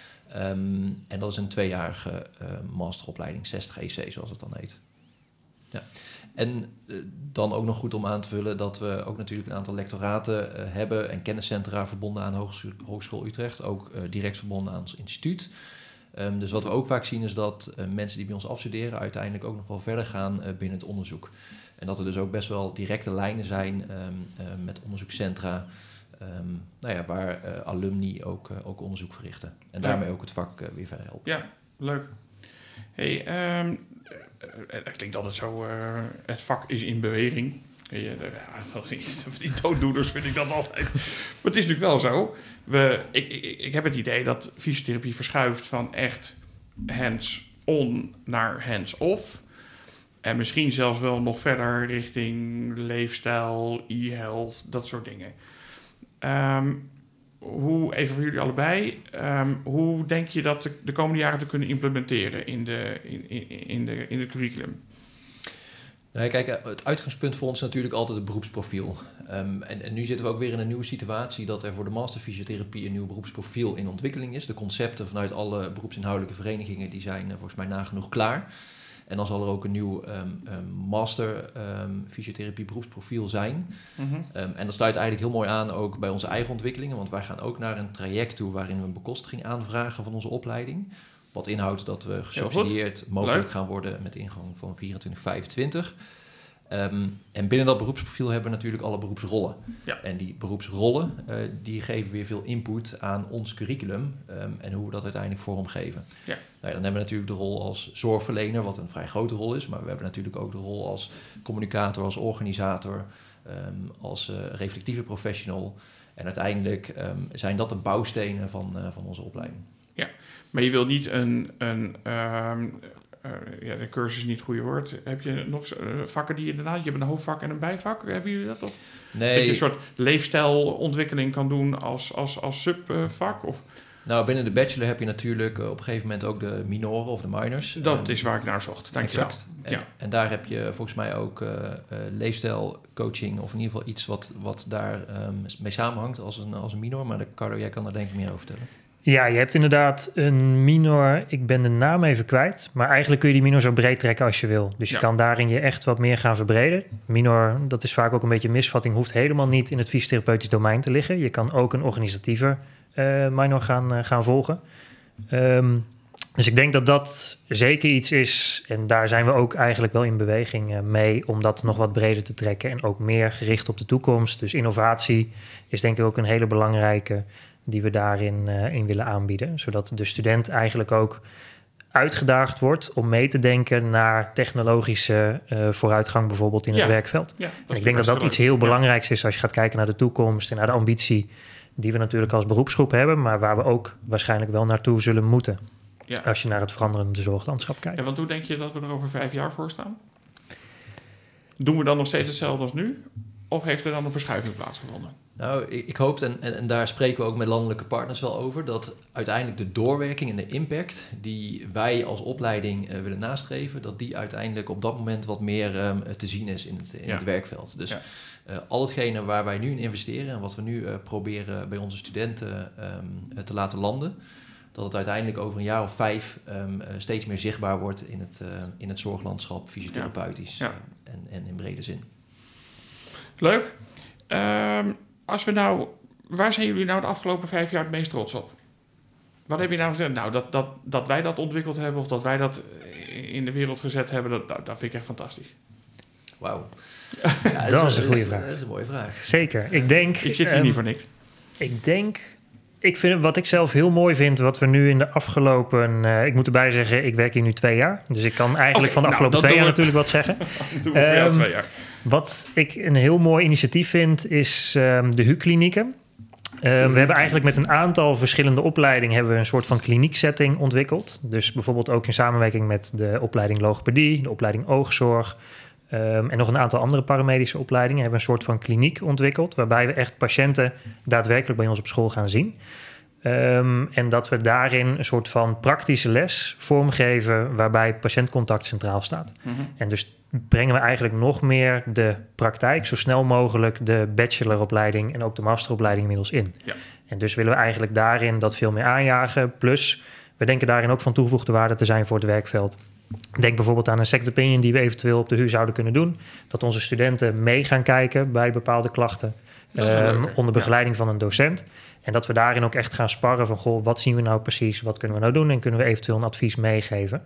Um, en dat is een tweejarige uh, masteropleiding, zestig E C zoals het dan heet. Ja. En uh, dan ook nog goed om aan te vullen dat we ook natuurlijk een aantal lectoraten uh, hebben en kenniscentra verbonden aan de Hogeschool, Hogeschool Utrecht, ook uh, direct verbonden aan ons instituut. Um, dus wat we ook vaak zien is dat uh, mensen die bij ons afstuderen uiteindelijk ook nog wel verder gaan uh, binnen het onderzoek. En dat er dus ook best wel directe lijnen zijn um, uh, met onderzoekscentra, um, nou ja, waar uh, alumni ook, uh, ook onderzoek verrichten. En ja. daarmee ook het vak uh, weer verder helpen. Ja, leuk. Hey, um, het klinkt altijd zo, uh, het vak is in beweging. Ja, van die, die dooddoeners vind ik dat altijd. Maar het is natuurlijk wel zo. We, ik, ik, ik heb het idee dat fysiotherapie verschuift van echt hands-on naar hands-off. En misschien zelfs wel nog verder richting leefstijl, e-health, dat soort dingen. Um, hoe, even voor jullie allebei, um, hoe denk je dat de, de komende jaren te kunnen implementeren in, de, in, in, in, de, in het curriculum? Nee, kijk, het uitgangspunt voor ons is natuurlijk altijd het beroepsprofiel. Um, en, en nu zitten we ook weer in een nieuwe situatie dat er voor de master fysiotherapie een nieuw beroepsprofiel in ontwikkeling is. De concepten vanuit alle beroepsinhoudelijke verenigingen die zijn uh, volgens mij nagenoeg klaar. En dan zal er ook een nieuw um, um, master um, fysiotherapie beroepsprofiel zijn. Mm-hmm. Um, en dat sluit eigenlijk heel mooi aan ook bij onze eigen ontwikkelingen. Want wij gaan ook naar een traject toe waarin we een bekostiging aanvragen van onze opleiding. Wat inhoudt dat we gesubsidieerd mogelijk Leuk. gaan worden met ingang van vierentwintig vijfentwintig. Um, en binnen dat beroepsprofiel hebben we natuurlijk alle beroepsrollen. Ja. En die beroepsrollen uh, die geven weer veel input aan ons curriculum um, en hoe we dat uiteindelijk vormgeven. Ja. Nou ja, dan hebben we natuurlijk de rol als zorgverlener, wat een vrij grote rol is. Maar we hebben natuurlijk ook de rol als communicator, als organisator, um, als uh, reflectieve professional. En uiteindelijk um, zijn dat de bouwstenen van, uh, van onze opleiding. Ja, maar je wil niet een... een um Uh, ja, de cursus is niet het goede woord. Heb je nog uh, vakken die je daarna... Je hebt een hoofdvak en een bijvak. Hebben jullie dat? Of nee. Dat je een soort leefstijlontwikkeling kan doen als, als, als subvak? Of? Nou, binnen de bachelor heb je natuurlijk uh, op een gegeven moment ook de minoren of de minors. Dat um, is waar ik naar zocht. Dank je wel. En, ja. en daar heb je volgens mij ook uh, uh, leefstijlcoaching... of in ieder geval iets wat, wat daar um, mee samenhangt als een, als een minor. Maar de Carlo, jij kan daar denk ik meer over vertellen. Ja, je hebt inderdaad een minor, ik ben de naam even kwijt, maar eigenlijk kun je die minor zo breed trekken als je wil. Dus je ja. kan daarin je echt wat meer gaan verbreden. Minor, dat is vaak ook een beetje een misvatting, hoeft helemaal niet in het fysiotherapeutisch domein te liggen. Je kan ook een organisatieve uh, minor gaan, uh, gaan volgen. Um, dus ik denk dat dat zeker iets is, en daar zijn we ook eigenlijk wel in beweging uh, mee, om dat nog wat breder te trekken en ook meer gericht op de toekomst. Dus innovatie is denk ik ook een hele belangrijke die we daarin uh, in willen aanbieden. Zodat de student eigenlijk ook uitgedaagd wordt om mee te denken naar technologische uh, vooruitgang bijvoorbeeld in ja. het werkveld. Ja, en ik denk dat dat iets heel belangrijks is als je gaat kijken naar de toekomst en naar de ambitie die we natuurlijk als beroepsgroep hebben, maar waar we ook waarschijnlijk wel naartoe zullen moeten. Ja. Als je naar het veranderende zorglandschap kijkt. En want hoe denk je dat we er over vijf jaar voor staan? Doen we dan nog steeds hetzelfde als nu? Of heeft er dan een verschuiving plaatsgevonden? Nou, ik, ik hoop, en, en, en daar spreken we ook met landelijke partners wel over, dat uiteindelijk de doorwerking en de impact die wij als opleiding uh, willen nastreven, dat die uiteindelijk op dat moment wat meer um, te zien is in het, in Ja. het werkveld. Dus Ja. uh, al hetgene waar wij nu in investeren en wat we nu uh, proberen bij onze studenten um, te laten landen, dat het uiteindelijk over een jaar of vijf um, uh, steeds meer zichtbaar wordt in het, uh, in het zorglandschap, fysiotherapeutisch Ja. Ja. uh, en, en in brede zin. Leuk. Um, als we nou, waar zijn jullie nou de afgelopen vijf jaar het meest trots op? Wat heb je nou gezegd? Nou, dat, dat, dat wij dat ontwikkeld hebben of dat wij dat in de wereld gezet hebben, dat, dat, dat vind ik echt fantastisch. Wauw. Ja, dat is een goede vraag. Dat is een mooie vraag. Zeker. Ik denk... Ik zit hier um, niet voor niks. Ik denk... Ik vind, wat ik zelf heel mooi vind, wat we nu in de afgelopen... Uh, ik moet erbij zeggen, ik werk hier nu twee jaar. Dus ik kan eigenlijk Okay, van de nou, afgelopen twee jaar we, natuurlijk wat zeggen. Dat doen we voor jou Um, twee jaar. Wat ik een heel mooi initiatief vind, is um, de H U-klinieken. Um, we hebben eigenlijk met een aantal verschillende opleidingen hebben we een soort van klinieksetting ontwikkeld. Dus bijvoorbeeld ook in samenwerking met de opleiding logopedie, de opleiding oogzorg... Um, en nog een aantal andere paramedische opleidingen hebben we een soort van kliniek ontwikkeld, waarbij we echt patiënten daadwerkelijk bij ons op school gaan zien. Um, en dat we daarin een soort van praktische les vormgeven, waarbij patiëntcontact centraal staat. Mm-hmm. En dus brengen we eigenlijk nog meer de praktijk, zo snel mogelijk de bacheloropleiding en ook de masteropleiding inmiddels in. Ja. En dus willen we eigenlijk daarin dat veel meer aanjagen. Plus, we denken daarin ook van toegevoegde waarde te zijn voor het werkveld. Denk bijvoorbeeld aan een second opinion die we eventueel op de H U zouden kunnen doen. Dat onze studenten mee gaan kijken bij bepaalde klachten. Um, onder begeleiding ja. van een docent. En dat we daarin ook echt gaan sparren van... goh, wat zien we nou precies, wat kunnen we nou doen... en kunnen we eventueel een advies meegeven.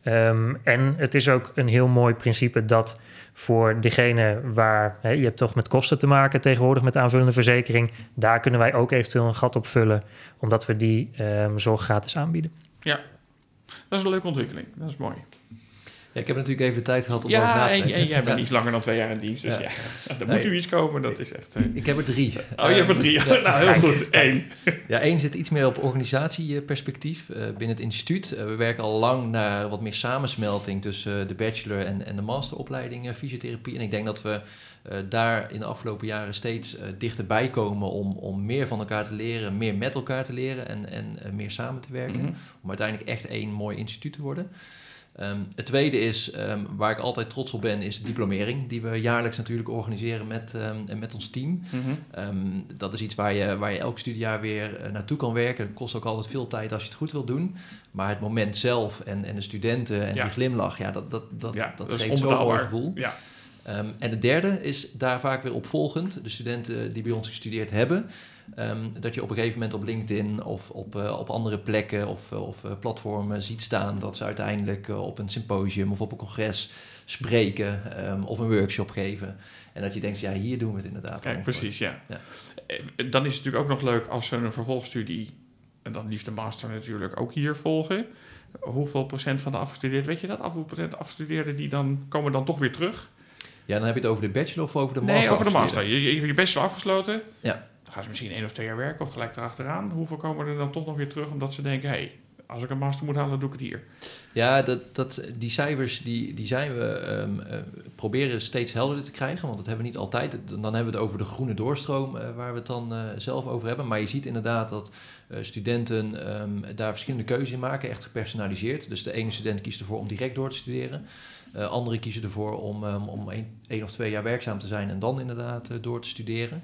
Um, en het is ook een heel mooi principe dat voor degene waar... Hè, je hebt toch met kosten te maken tegenwoordig met aanvullende verzekering... daar kunnen wij ook eventueel een gat op vullen... omdat we die um, zorg gratis aanbieden. Ja, dat is een leuke ontwikkeling. Dat is mooi. Ja, ik heb natuurlijk even tijd gehad om ja, over na te denken. en, en jij bent ja. iets langer dan twee jaar in dienst, dus ja, ja. ja er nee, moet u iets komen, dat is echt... Uh... Ik heb er drie. Oh, je hebt er drie. Ja. Nou, heel goed. Eén. Ja, één zit iets meer op organisatieperspectief uh, binnen het instituut. Uh, we werken al lang naar wat meer samensmelting tussen uh, de bachelor en, en de masteropleiding uh, fysiotherapie. En ik denk dat we uh, daar in de afgelopen jaren steeds uh, dichterbij komen om, om meer van elkaar te leren, meer met elkaar te leren en, en uh, meer samen te werken. Mm-hmm. Om uiteindelijk echt één mooi instituut te worden. Um, het tweede is, um, waar ik altijd trots op ben, is de diplomering die we jaarlijks natuurlijk organiseren met, um, met ons team. Mm-hmm. Um, dat is iets waar je, waar je elk studiejaar weer uh, naartoe kan werken. Dat kost ook altijd veel tijd als je het goed wilt doen. Maar het moment zelf en, en de studenten en ja. die glimlach, ja, dat, dat, dat, ja, dat, dat geeft zo'n mooi gevoel. Ja. Um, en het derde is daar vaak weer opvolgend. De studenten die bij ons gestudeerd hebben... Um, dat je op een gegeven moment op LinkedIn of op, uh, op andere plekken of, uh, of uh, platformen ziet staan... dat ze uiteindelijk uh, op een symposium of op een congres spreken um, of een workshop geven. En dat je denkt, ja, hier doen we het inderdaad. Kijk, precies, ja. ja. Dan is het natuurlijk ook nog leuk als ze een vervolgstudie... en dan liefst de master natuurlijk ook hier volgen... Hoeveel procent van de afgestudeerden, weet je dat? Hoeveel procent afgestudeerden die dan komen dan toch weer terug? Ja, dan heb je het over de bachelor of over de master? Nee, over de master. Je, je, je bachelor afgesloten. Ja. Dan gaan ze misschien één of twee jaar werken of gelijk erachteraan. Hoeveel komen er dan toch nog weer terug omdat ze denken... hé, hey, als ik een master moet halen, doe ik het hier. Ja, dat, dat, die cijfers die, die zijn we um, uh, proberen steeds helderder te krijgen. Want dat hebben we niet altijd. Dan hebben we het over de groene doorstroom uh, waar we het dan uh, zelf over hebben. Maar je ziet inderdaad dat uh, studenten um, daar verschillende keuzes in maken. Echt gepersonaliseerd. Dus de ene student kiest ervoor om direct door te studeren. Uh, anderen kiezen ervoor om, um, om één, één of twee jaar werkzaam te zijn en dan inderdaad uh, door te studeren.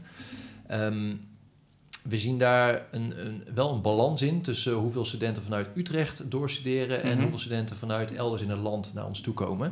Um, we zien daar een, een, wel een balans in tussen hoeveel studenten vanuit Utrecht doorstuderen en mm-hmm. hoeveel studenten vanuit elders in het land naar ons toe komen.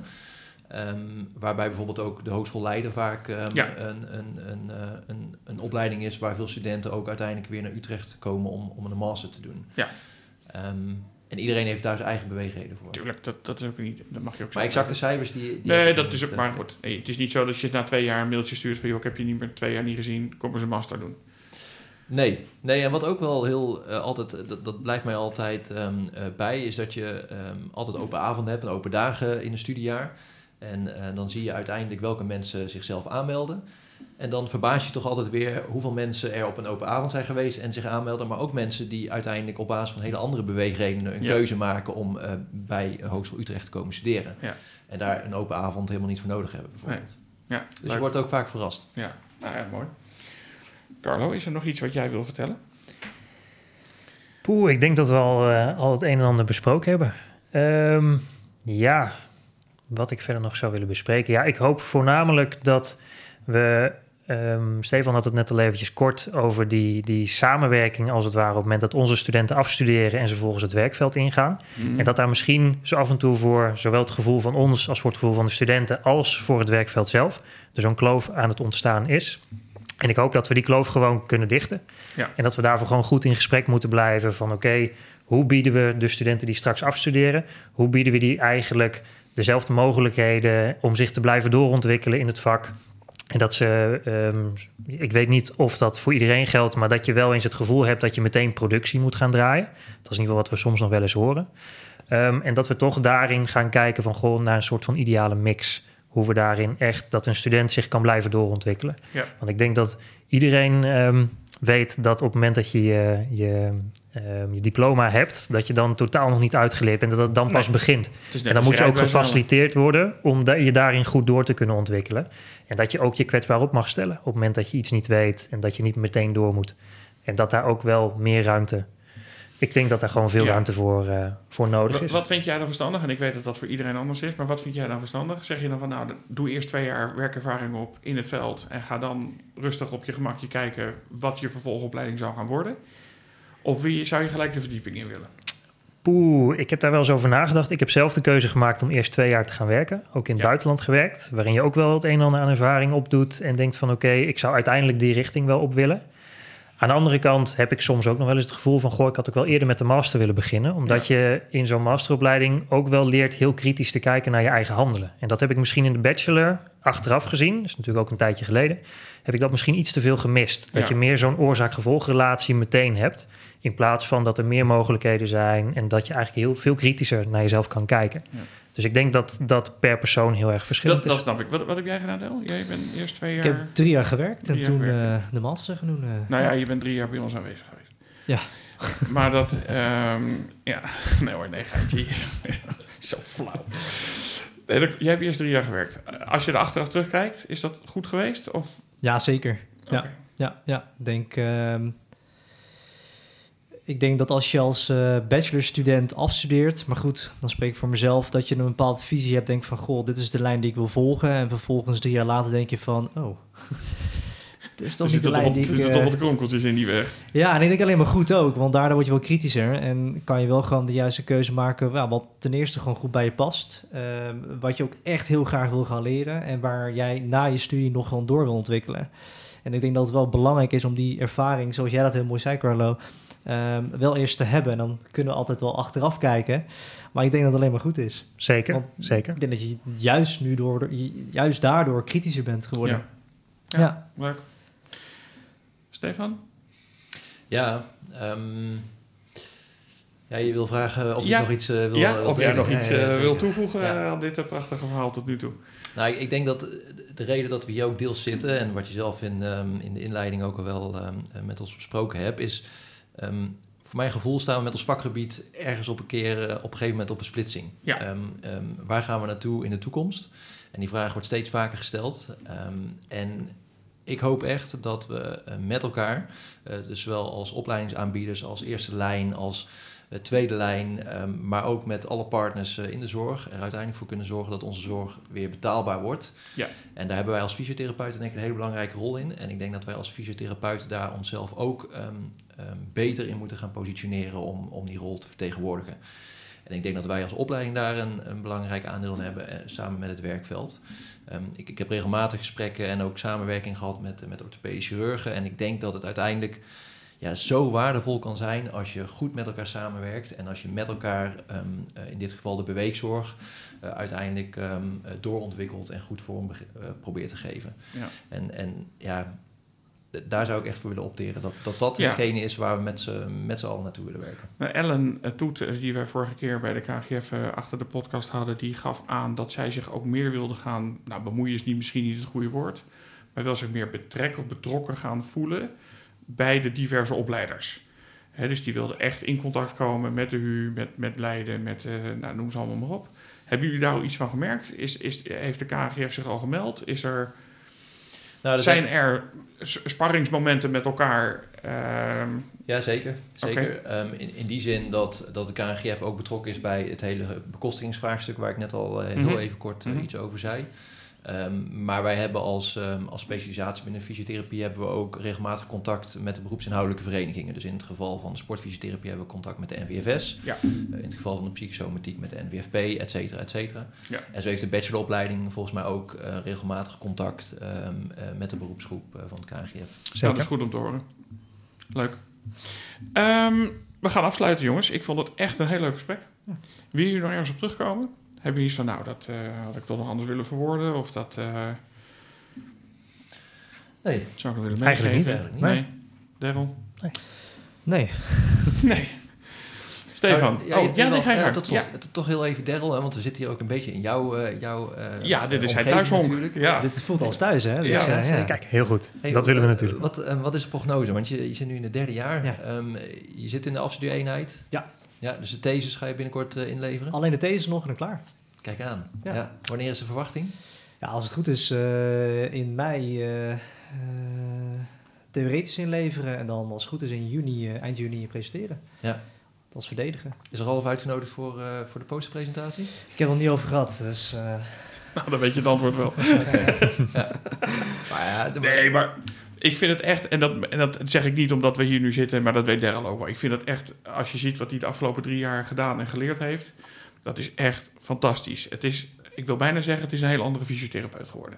Um, waarbij bijvoorbeeld ook de Hogeschool Leiden vaak um, ja. een, een, een, een, een opleiding is waar veel studenten ook uiteindelijk weer naar Utrecht komen om, om een master te doen. Ja. Um, En iedereen heeft daar zijn eigen beweegreden voor. Tuurlijk, dat, dat is ook niet. Dat mag je ook maar exacte cijfers die. die nee, dat is ook maar goed. Nee, het is niet zo dat je na twee jaar een mailtje stuurt van joh, ik heb je niet meer twee jaar niet gezien, kom eens een master doen. Nee, nee, en wat ook wel heel uh, altijd, dat, dat blijft mij altijd um, uh, bij, is dat je um, altijd open avonden hebt en open dagen in een studiejaar. En uh, dan zie je uiteindelijk welke mensen zichzelf aanmelden. En dan verbaas je toch altijd weer hoeveel mensen er op een open avond zijn geweest en zich aanmelden. Maar ook mensen die uiteindelijk op basis van hele andere beweegredenen een ja. keuze maken om uh, bij Hogeschool Utrecht te komen studeren. Ja. En daar een open avond helemaal niet voor nodig hebben bijvoorbeeld. Nee. Ja, dus leuk. Je wordt ook vaak verrast. Ja, nou ja, mooi. Carlo, is er nog iets wat jij wil vertellen? Poeh, ik denk dat we al, uh, al het een en ander besproken hebben. Um, ja, wat ik verder nog zou willen bespreken. Ja, ik hoop voornamelijk dat we... Um, Stefan had het net al eventjes kort over die, die samenwerking als het ware... op het moment dat onze studenten afstuderen en ze volgens het werkveld ingaan. Mm. En dat daar misschien zo af en toe voor zowel het gevoel van ons... als voor het gevoel van de studenten als voor het werkveld zelf... er zo'n kloof aan het ontstaan is. En ik hoop dat we die kloof gewoon kunnen dichten. Ja. En dat we daarvoor gewoon goed in gesprek moeten blijven van... oké, okay, hoe bieden we de studenten die straks afstuderen... hoe bieden we die eigenlijk dezelfde mogelijkheden... om zich te blijven doorontwikkelen in het vak... En dat ze, um, ik weet niet of dat voor iedereen geldt... maar dat je wel eens het gevoel hebt dat je meteen productie moet gaan draaien. Dat is in ieder geval wat we soms nog wel eens horen. Um, en dat we toch daarin gaan kijken van goh, naar een soort van ideale mix. Hoe we daarin echt, dat een student zich kan blijven doorontwikkelen. Ja. Want ik denk dat iedereen um, weet dat op het moment dat je je, je, um, je diploma hebt... dat je dan totaal nog niet uitgeleerd bent en dat het dan pas nee. begint. En dan moet je ook gefaciliteerd worden om da- je daarin goed door te kunnen ontwikkelen. En dat je ook je kwetsbaar op mag stellen op het moment dat je iets niet weet... en dat je niet meteen door moet. En dat daar ook wel meer ruimte... Ik denk dat daar gewoon veel ja. ruimte voor, uh, voor nodig wat, is. Wat vind jij dan verstandig? En ik weet dat dat voor iedereen anders is. Maar wat vind jij dan verstandig? Zeg je dan van nou, doe eerst twee jaar werkervaring op in het veld... en ga dan rustig op je gemakje kijken wat je vervolgopleiding zou gaan worden? Of wie, zou je gelijk de verdieping in willen? Poeh, ik heb daar wel eens over nagedacht. Ik heb zelf de keuze gemaakt om eerst twee jaar te gaan werken. Ook in het ja. buitenland gewerkt. Waarin je ook wel het een en ander aan ervaring opdoet. En denkt van oké, okay, ik zou uiteindelijk die richting wel op willen. Aan de andere kant heb ik soms ook nog wel eens het gevoel van... goh, ik had ook wel eerder met de master willen beginnen. Omdat ja. je in zo'n masteropleiding ook wel leert heel kritisch te kijken naar je eigen handelen. En dat heb ik misschien in de bachelor achteraf gezien. Dat is natuurlijk ook een tijdje geleden. Heb ik dat misschien iets te veel gemist. Dat ja. je meer zo'n oorzaak-gevolgrelatie meteen hebt... in plaats van dat er meer mogelijkheden zijn... en dat je eigenlijk heel veel kritischer naar jezelf kan kijken. Ja. Dus ik denk dat dat per persoon heel erg verschillend dat, is. Dat snap ik. Wat, wat heb jij gedaan, Del? Jij bent eerst twee jaar... Ik heb drie jaar gewerkt drie en jaar toen gewerkt, uh, ja. de master genoemd. Uh, nou ja, je bent drie jaar bij ons aanwezig geweest. Ja. Maar dat... Um, ja, nee hoor, nee, gaatje. Zo flauw. Nee, dat, jij hebt eerst drie jaar gewerkt. Als je er achteraf terugkijkt, is dat goed geweest? Of? Ja, zeker. Ja, okay. ja, ja. Denk... Uh, Ik denk dat als je als uh, bachelorstudent afstudeert... maar goed, dan spreek ik voor mezelf... dat je een bepaalde visie hebt, denk van... goh, dit is de lijn die ik wil volgen... en vervolgens drie jaar later denk je van... oh, het is toch niet de lijn die ik... Er zitten uh, toch wat kronkeltjes in die weg. Ja, en ik denk alleen maar goed ook... want daardoor word je wel kritischer... en kan je wel gewoon de juiste keuze maken... Ja, wat ten eerste gewoon goed bij je past... Uh, wat je ook echt heel graag wil gaan leren... en waar jij na je studie nog gewoon door wil ontwikkelen. En ik denk dat het wel belangrijk is om die ervaring... zoals jij dat heel mooi zei, Carlo... Um, wel eerst te hebben. En dan kunnen we altijd wel achteraf kijken. Maar ik denk dat het alleen maar goed is. Zeker, Want zeker. Ik denk dat je juist nu door, juist daardoor kritischer bent geworden. Ja, ja, ja. Leuk. Stefan? Ja, um, ja, je wil vragen of ja. je nog iets uh, wil... Ja, of jij nog ja, iets ja, ja, uh, wil toevoegen ja. aan dit uh, prachtige verhaal tot nu toe. Nou, ik, ik denk dat de reden dat we hier ook deels zitten... en wat je zelf in, um, in de inleiding ook al wel um, met ons besproken hebt... is um, voor mijn gevoel staan we met ons vakgebied... ergens op een keer uh, op een gegeven moment op een splitsing. Ja. Um, um, waar gaan we naartoe in de toekomst? En die vraag wordt steeds vaker gesteld. Um, en ik hoop echt dat we uh, met elkaar... Uh, dus zowel als opleidingsaanbieders, als eerste lijn... als uh, tweede lijn, um, maar ook met alle partners uh, in de zorg... er uiteindelijk voor kunnen zorgen dat onze zorg weer betaalbaar wordt. Ja. En daar hebben wij als fysiotherapeuten denk ik een hele belangrijke rol in. En ik denk dat wij als fysiotherapeuten daar onszelf ook um, um, beter in moeten gaan positioneren... om, om die rol te vertegenwoordigen. En ik denk dat wij als opleiding daar een, een belangrijk aandeel in hebben... Eh, samen met het werkveld. Um, ik, ik heb regelmatig gesprekken en ook samenwerking gehad met, met orthopedische chirurgen... en ik denk dat het uiteindelijk... ja, zo waardevol kan zijn als je goed met elkaar samenwerkt... en als je met elkaar, um, uh, in dit geval de beweegzorg... Uh, uiteindelijk um, uh, doorontwikkelt en goed vorm uh, probeert te geven. Ja. En, en ja, d- daar zou ik echt voor willen opteren... dat dat, dat ja. hetgene is waar we met z'n, met z'n allen naartoe willen werken. Nou, Ellen uh, Toet, uh, die wij vorige keer bij de K G F uh, achter de podcast hadden... die gaf aan dat zij zich ook meer wilde gaan... nou, bemoeien is niet, misschien niet het goede woord... maar wel zich meer betrekken of betrokken gaan voelen... bij de diverse opleiders. He, dus die wilden echt in contact komen met de H U, met, met Leiden, met, uh, nou, noem ze allemaal maar op. Hebben jullie daar al iets van gemerkt? Is, is, heeft de K G F zich al gemeld? Is er... Nou, er zijn er sparringsmomenten met elkaar? Uh, Ja, zeker. zeker. Okay. Um, in, in die zin dat, dat de K N G F ook betrokken is bij het hele bekostigingsvraagstuk... waar ik net al uh, heel mm-hmm. even kort uh, mm-hmm. iets over zei. Um, maar wij hebben als, um, als specialisatie binnen fysiotherapie... hebben we ook regelmatig contact met de beroepsinhoudelijke verenigingen. Dus in het geval van de sportfysiotherapie hebben we contact met de N V F S. Ja. Uh, in het geval van de psychosomatiek met de N V F P, et cetera, et cetera. Ja. En zo heeft de bacheloropleiding volgens mij ook uh, regelmatig contact... Um, uh, met de beroepsgroep uh, van het K N G F. Zeker. Nou, dat is goed om te horen. Leuk. Um, we gaan afsluiten, jongens. Ik vond het echt een heel leuk gesprek. Ja. Wil je nog ergens op terugkomen? Heb je iets van, nou, dat uh, had ik toch nog anders willen verwoorden? Of dat... Uh... Nee. Zou ik nog willen Eigenlijk niet. meegeven? Eigenlijk niet. Nee. Daryl? Nee. Nee. Nee. Stefan. Nou, ja, oh, ja, nee, ga je ja, gang. dat was, ja. Toch heel even Daryl, want we zitten hier ook een beetje in jouw uh, jouw uh, Ja, dit is uh, hij thuishonk. natuurlijk. Ja. Dit voelt als thuis, hè? Dus, ja, uh, ja. Kijk, heel goed. Hey, dat willen we uh, natuurlijk. Wat, uh, wat is de prognose? Want je, je zit nu in het derde jaar. Ja. Um, je zit in de afstudeereenheid. Ja. Ja, dus de thesis ga je binnenkort uh, inleveren. Alleen de thesis nog en dan klaar. Kijk aan. Ja. Ja. Wanneer is de verwachting? Ja, als het goed is, uh, in mei uh, uh, theoretisch inleveren en dan als het goed is in juni, uh, eind juni presenteren. Ja. Als verdedigen. Is er Ralf uitgenodigd voor, uh, voor de posterpresentatie? Ik heb er nog niet over gehad, dus... Uh... Nou, dan weet je het antwoord wel. ja. Maar ja, de... Nee, maar ik vind het echt... En dat, en dat zeg ik niet omdat we hier nu zitten, maar dat weet Daryl ook wel. Ik vind het echt, als je ziet wat hij de afgelopen drie jaar gedaan en geleerd heeft... Dat is echt fantastisch. Het is, ik wil bijna zeggen, het is een heel andere fysiotherapeut geworden.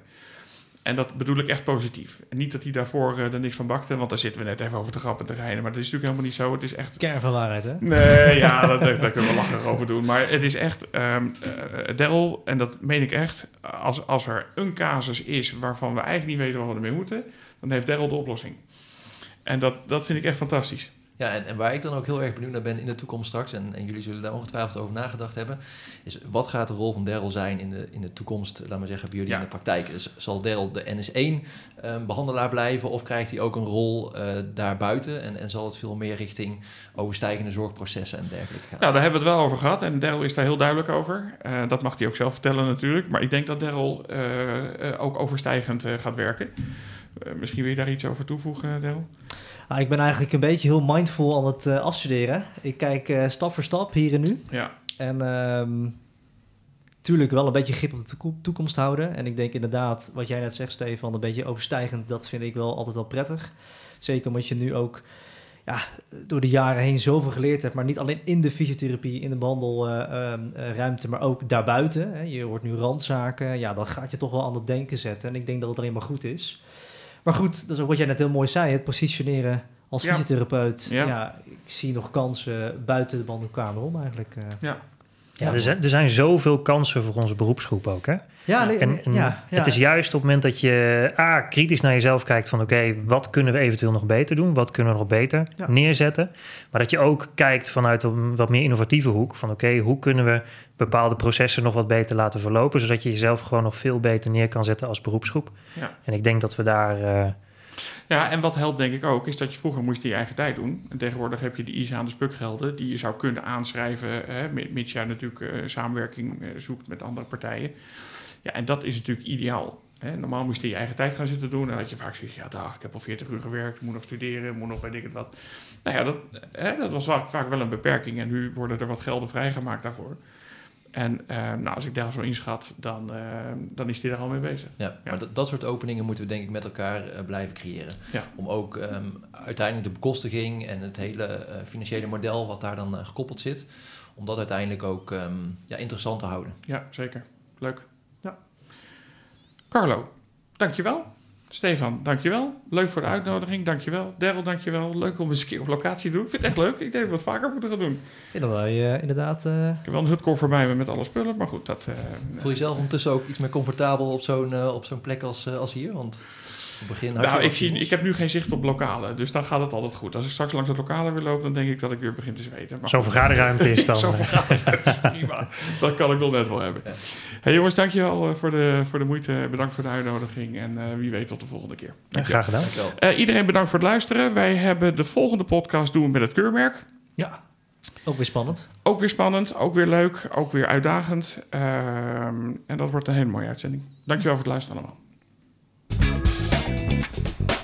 En dat bedoel ik echt positief. En niet dat hij daarvoor uh, er niks van bakte, want daar zitten we net even over te grappen te rijden. Maar dat is natuurlijk helemaal niet zo. Het is echt... Kern van waarheid, hè? Nee, ja, dat, daar kunnen we lachen over doen. Maar het is echt, um, uh, Daryl, en dat meen ik echt, als, als er een casus is waarvan we eigenlijk niet weten wat we ermee moeten, dan heeft Daryl de oplossing. En dat, dat vind ik echt fantastisch. Ja, en, en waar ik dan ook heel erg benieuwd naar ben in de toekomst straks, en, en jullie zullen daar ongetwijfeld over nagedacht hebben, is wat gaat de rol van Daryl zijn in de, in de toekomst, laat maar zeggen, bij jullie ja. in de praktijk? Dus zal Daryl de N S één um, behandelaar blijven of krijgt hij ook een rol uh, daarbuiten en, en zal het veel meer richting overstijgende zorgprocessen en dergelijke gaan? Nou, daar hebben we het wel over gehad en Daryl is daar heel duidelijk over. Uh, dat mag hij ook zelf vertellen natuurlijk, maar ik denk dat Daryl uh, uh, ook overstijgend uh, gaat werken. Uh, misschien wil je daar iets over toevoegen, Daryl? Ah, ik ben eigenlijk een beetje heel mindful aan het uh, afstuderen. Ik kijk uh, stap voor stap hier en nu. Ja. En um, natuurlijk wel een beetje grip op de toekom- toekomst houden. En ik denk inderdaad, wat jij net zegt, Stefan, een beetje overstijgend, dat vind ik wel altijd wel prettig. Zeker omdat je nu ook ja, door de jaren heen zoveel geleerd hebt, maar niet alleen in de fysiotherapie, in de behandelruimte, uh, uh, maar ook daarbuiten. Hè. Je hoort nu randzaken, ja, dan gaat je toch wel aan het denken zetten. En ik denk dat het alleen maar goed is. Maar goed, dat is ook wat jij net heel mooi zei, het positioneren als ja. fysiotherapeut. Ja. Ja, ik zie nog kansen buiten de behandelkamer om eigenlijk. Uh, Ja. Ja, er zijn, er zijn zoveel kansen voor onze beroepsgroep ook, hè? Ja, nee, En, en ja, ja. het is juist op het moment dat je A, kritisch naar jezelf kijkt van oké, okay, wat kunnen we eventueel nog beter doen? Wat kunnen we nog beter ja. neerzetten? Maar dat je ook kijkt vanuit een wat meer innovatieve hoek van oké, okay, hoe kunnen we bepaalde processen nog wat beter laten verlopen, zodat je jezelf gewoon nog veel beter neer kan zetten als beroepsgroep. Ja. En ik denk dat we daar... Uh, Ja, en wat helpt denk ik ook, is dat je vroeger moest je je eigen tijd doen. En tegenwoordig heb je de I S A aan de spukgelden die je zou kunnen aanschrijven, hè, mits jij natuurlijk uh, samenwerking uh, zoekt met andere partijen. Ja, en dat is natuurlijk ideaal. Hè. Normaal moest je je eigen tijd gaan zitten doen en dan had je vaak zoiets, ja dag, ik heb al veertig uur gewerkt, moet nog studeren, moet nog weet ik het wat. Nou ja, dat, hè, dat was vaak, vaak wel een beperking en nu worden er wat gelden vrijgemaakt daarvoor. En uh, nou, als ik daar zo inschat, dan, uh, dan is hij daar al mee bezig. Ja, ja. maar dat, dat soort openingen moeten we denk ik met elkaar uh, blijven creëren. Ja. Om ook um, uiteindelijk de bekostiging en het hele uh, financiële model wat daar dan uh, gekoppeld zit, om dat uiteindelijk ook um, ja, interessant te houden. Ja, zeker. Leuk. Ja. Carlo, dankjewel. Stefan, dankjewel. Leuk voor de uitnodiging, dankjewel. Daryl, dankjewel. Leuk om eens een keer op locatie te doen. Ik vind het echt leuk. Ik denk dat we het vaker moeten gaan doen. Ja, dan wil je uh, inderdaad... Uh... Ik heb wel een hutkoffer bij me met alle spullen, maar goed, dat... Uh, Voel je zelf ondertussen ook iets meer comfortabel op zo'n, uh, op zo'n plek als, uh, als hier? Want op het begin... Nou, ik, zie, ik heb nu geen zicht op lokalen, dus dan gaat het altijd goed. Als ik straks langs het lokale weer loop, dan denk ik dat ik weer begin te zweten. Zo'n vergaderruimte is dan... Zo'n vergaderruimte is prima. Dat kan ik nog net wel hebben. Ja. Hey jongens, dankjewel uh, voor, de, voor de moeite. Bedankt voor de uitnodiging. En uh, wie weet tot de volgende keer. Ja, graag gedaan. Uh, iedereen bedankt voor het luisteren. Wij hebben de volgende podcast doen met het keurmerk. Ja, ook weer spannend. Ook weer spannend, ook weer leuk, ook weer uitdagend. Uh, en dat wordt een hele mooie uitzending. Dankjewel voor het luisteren allemaal. Doei.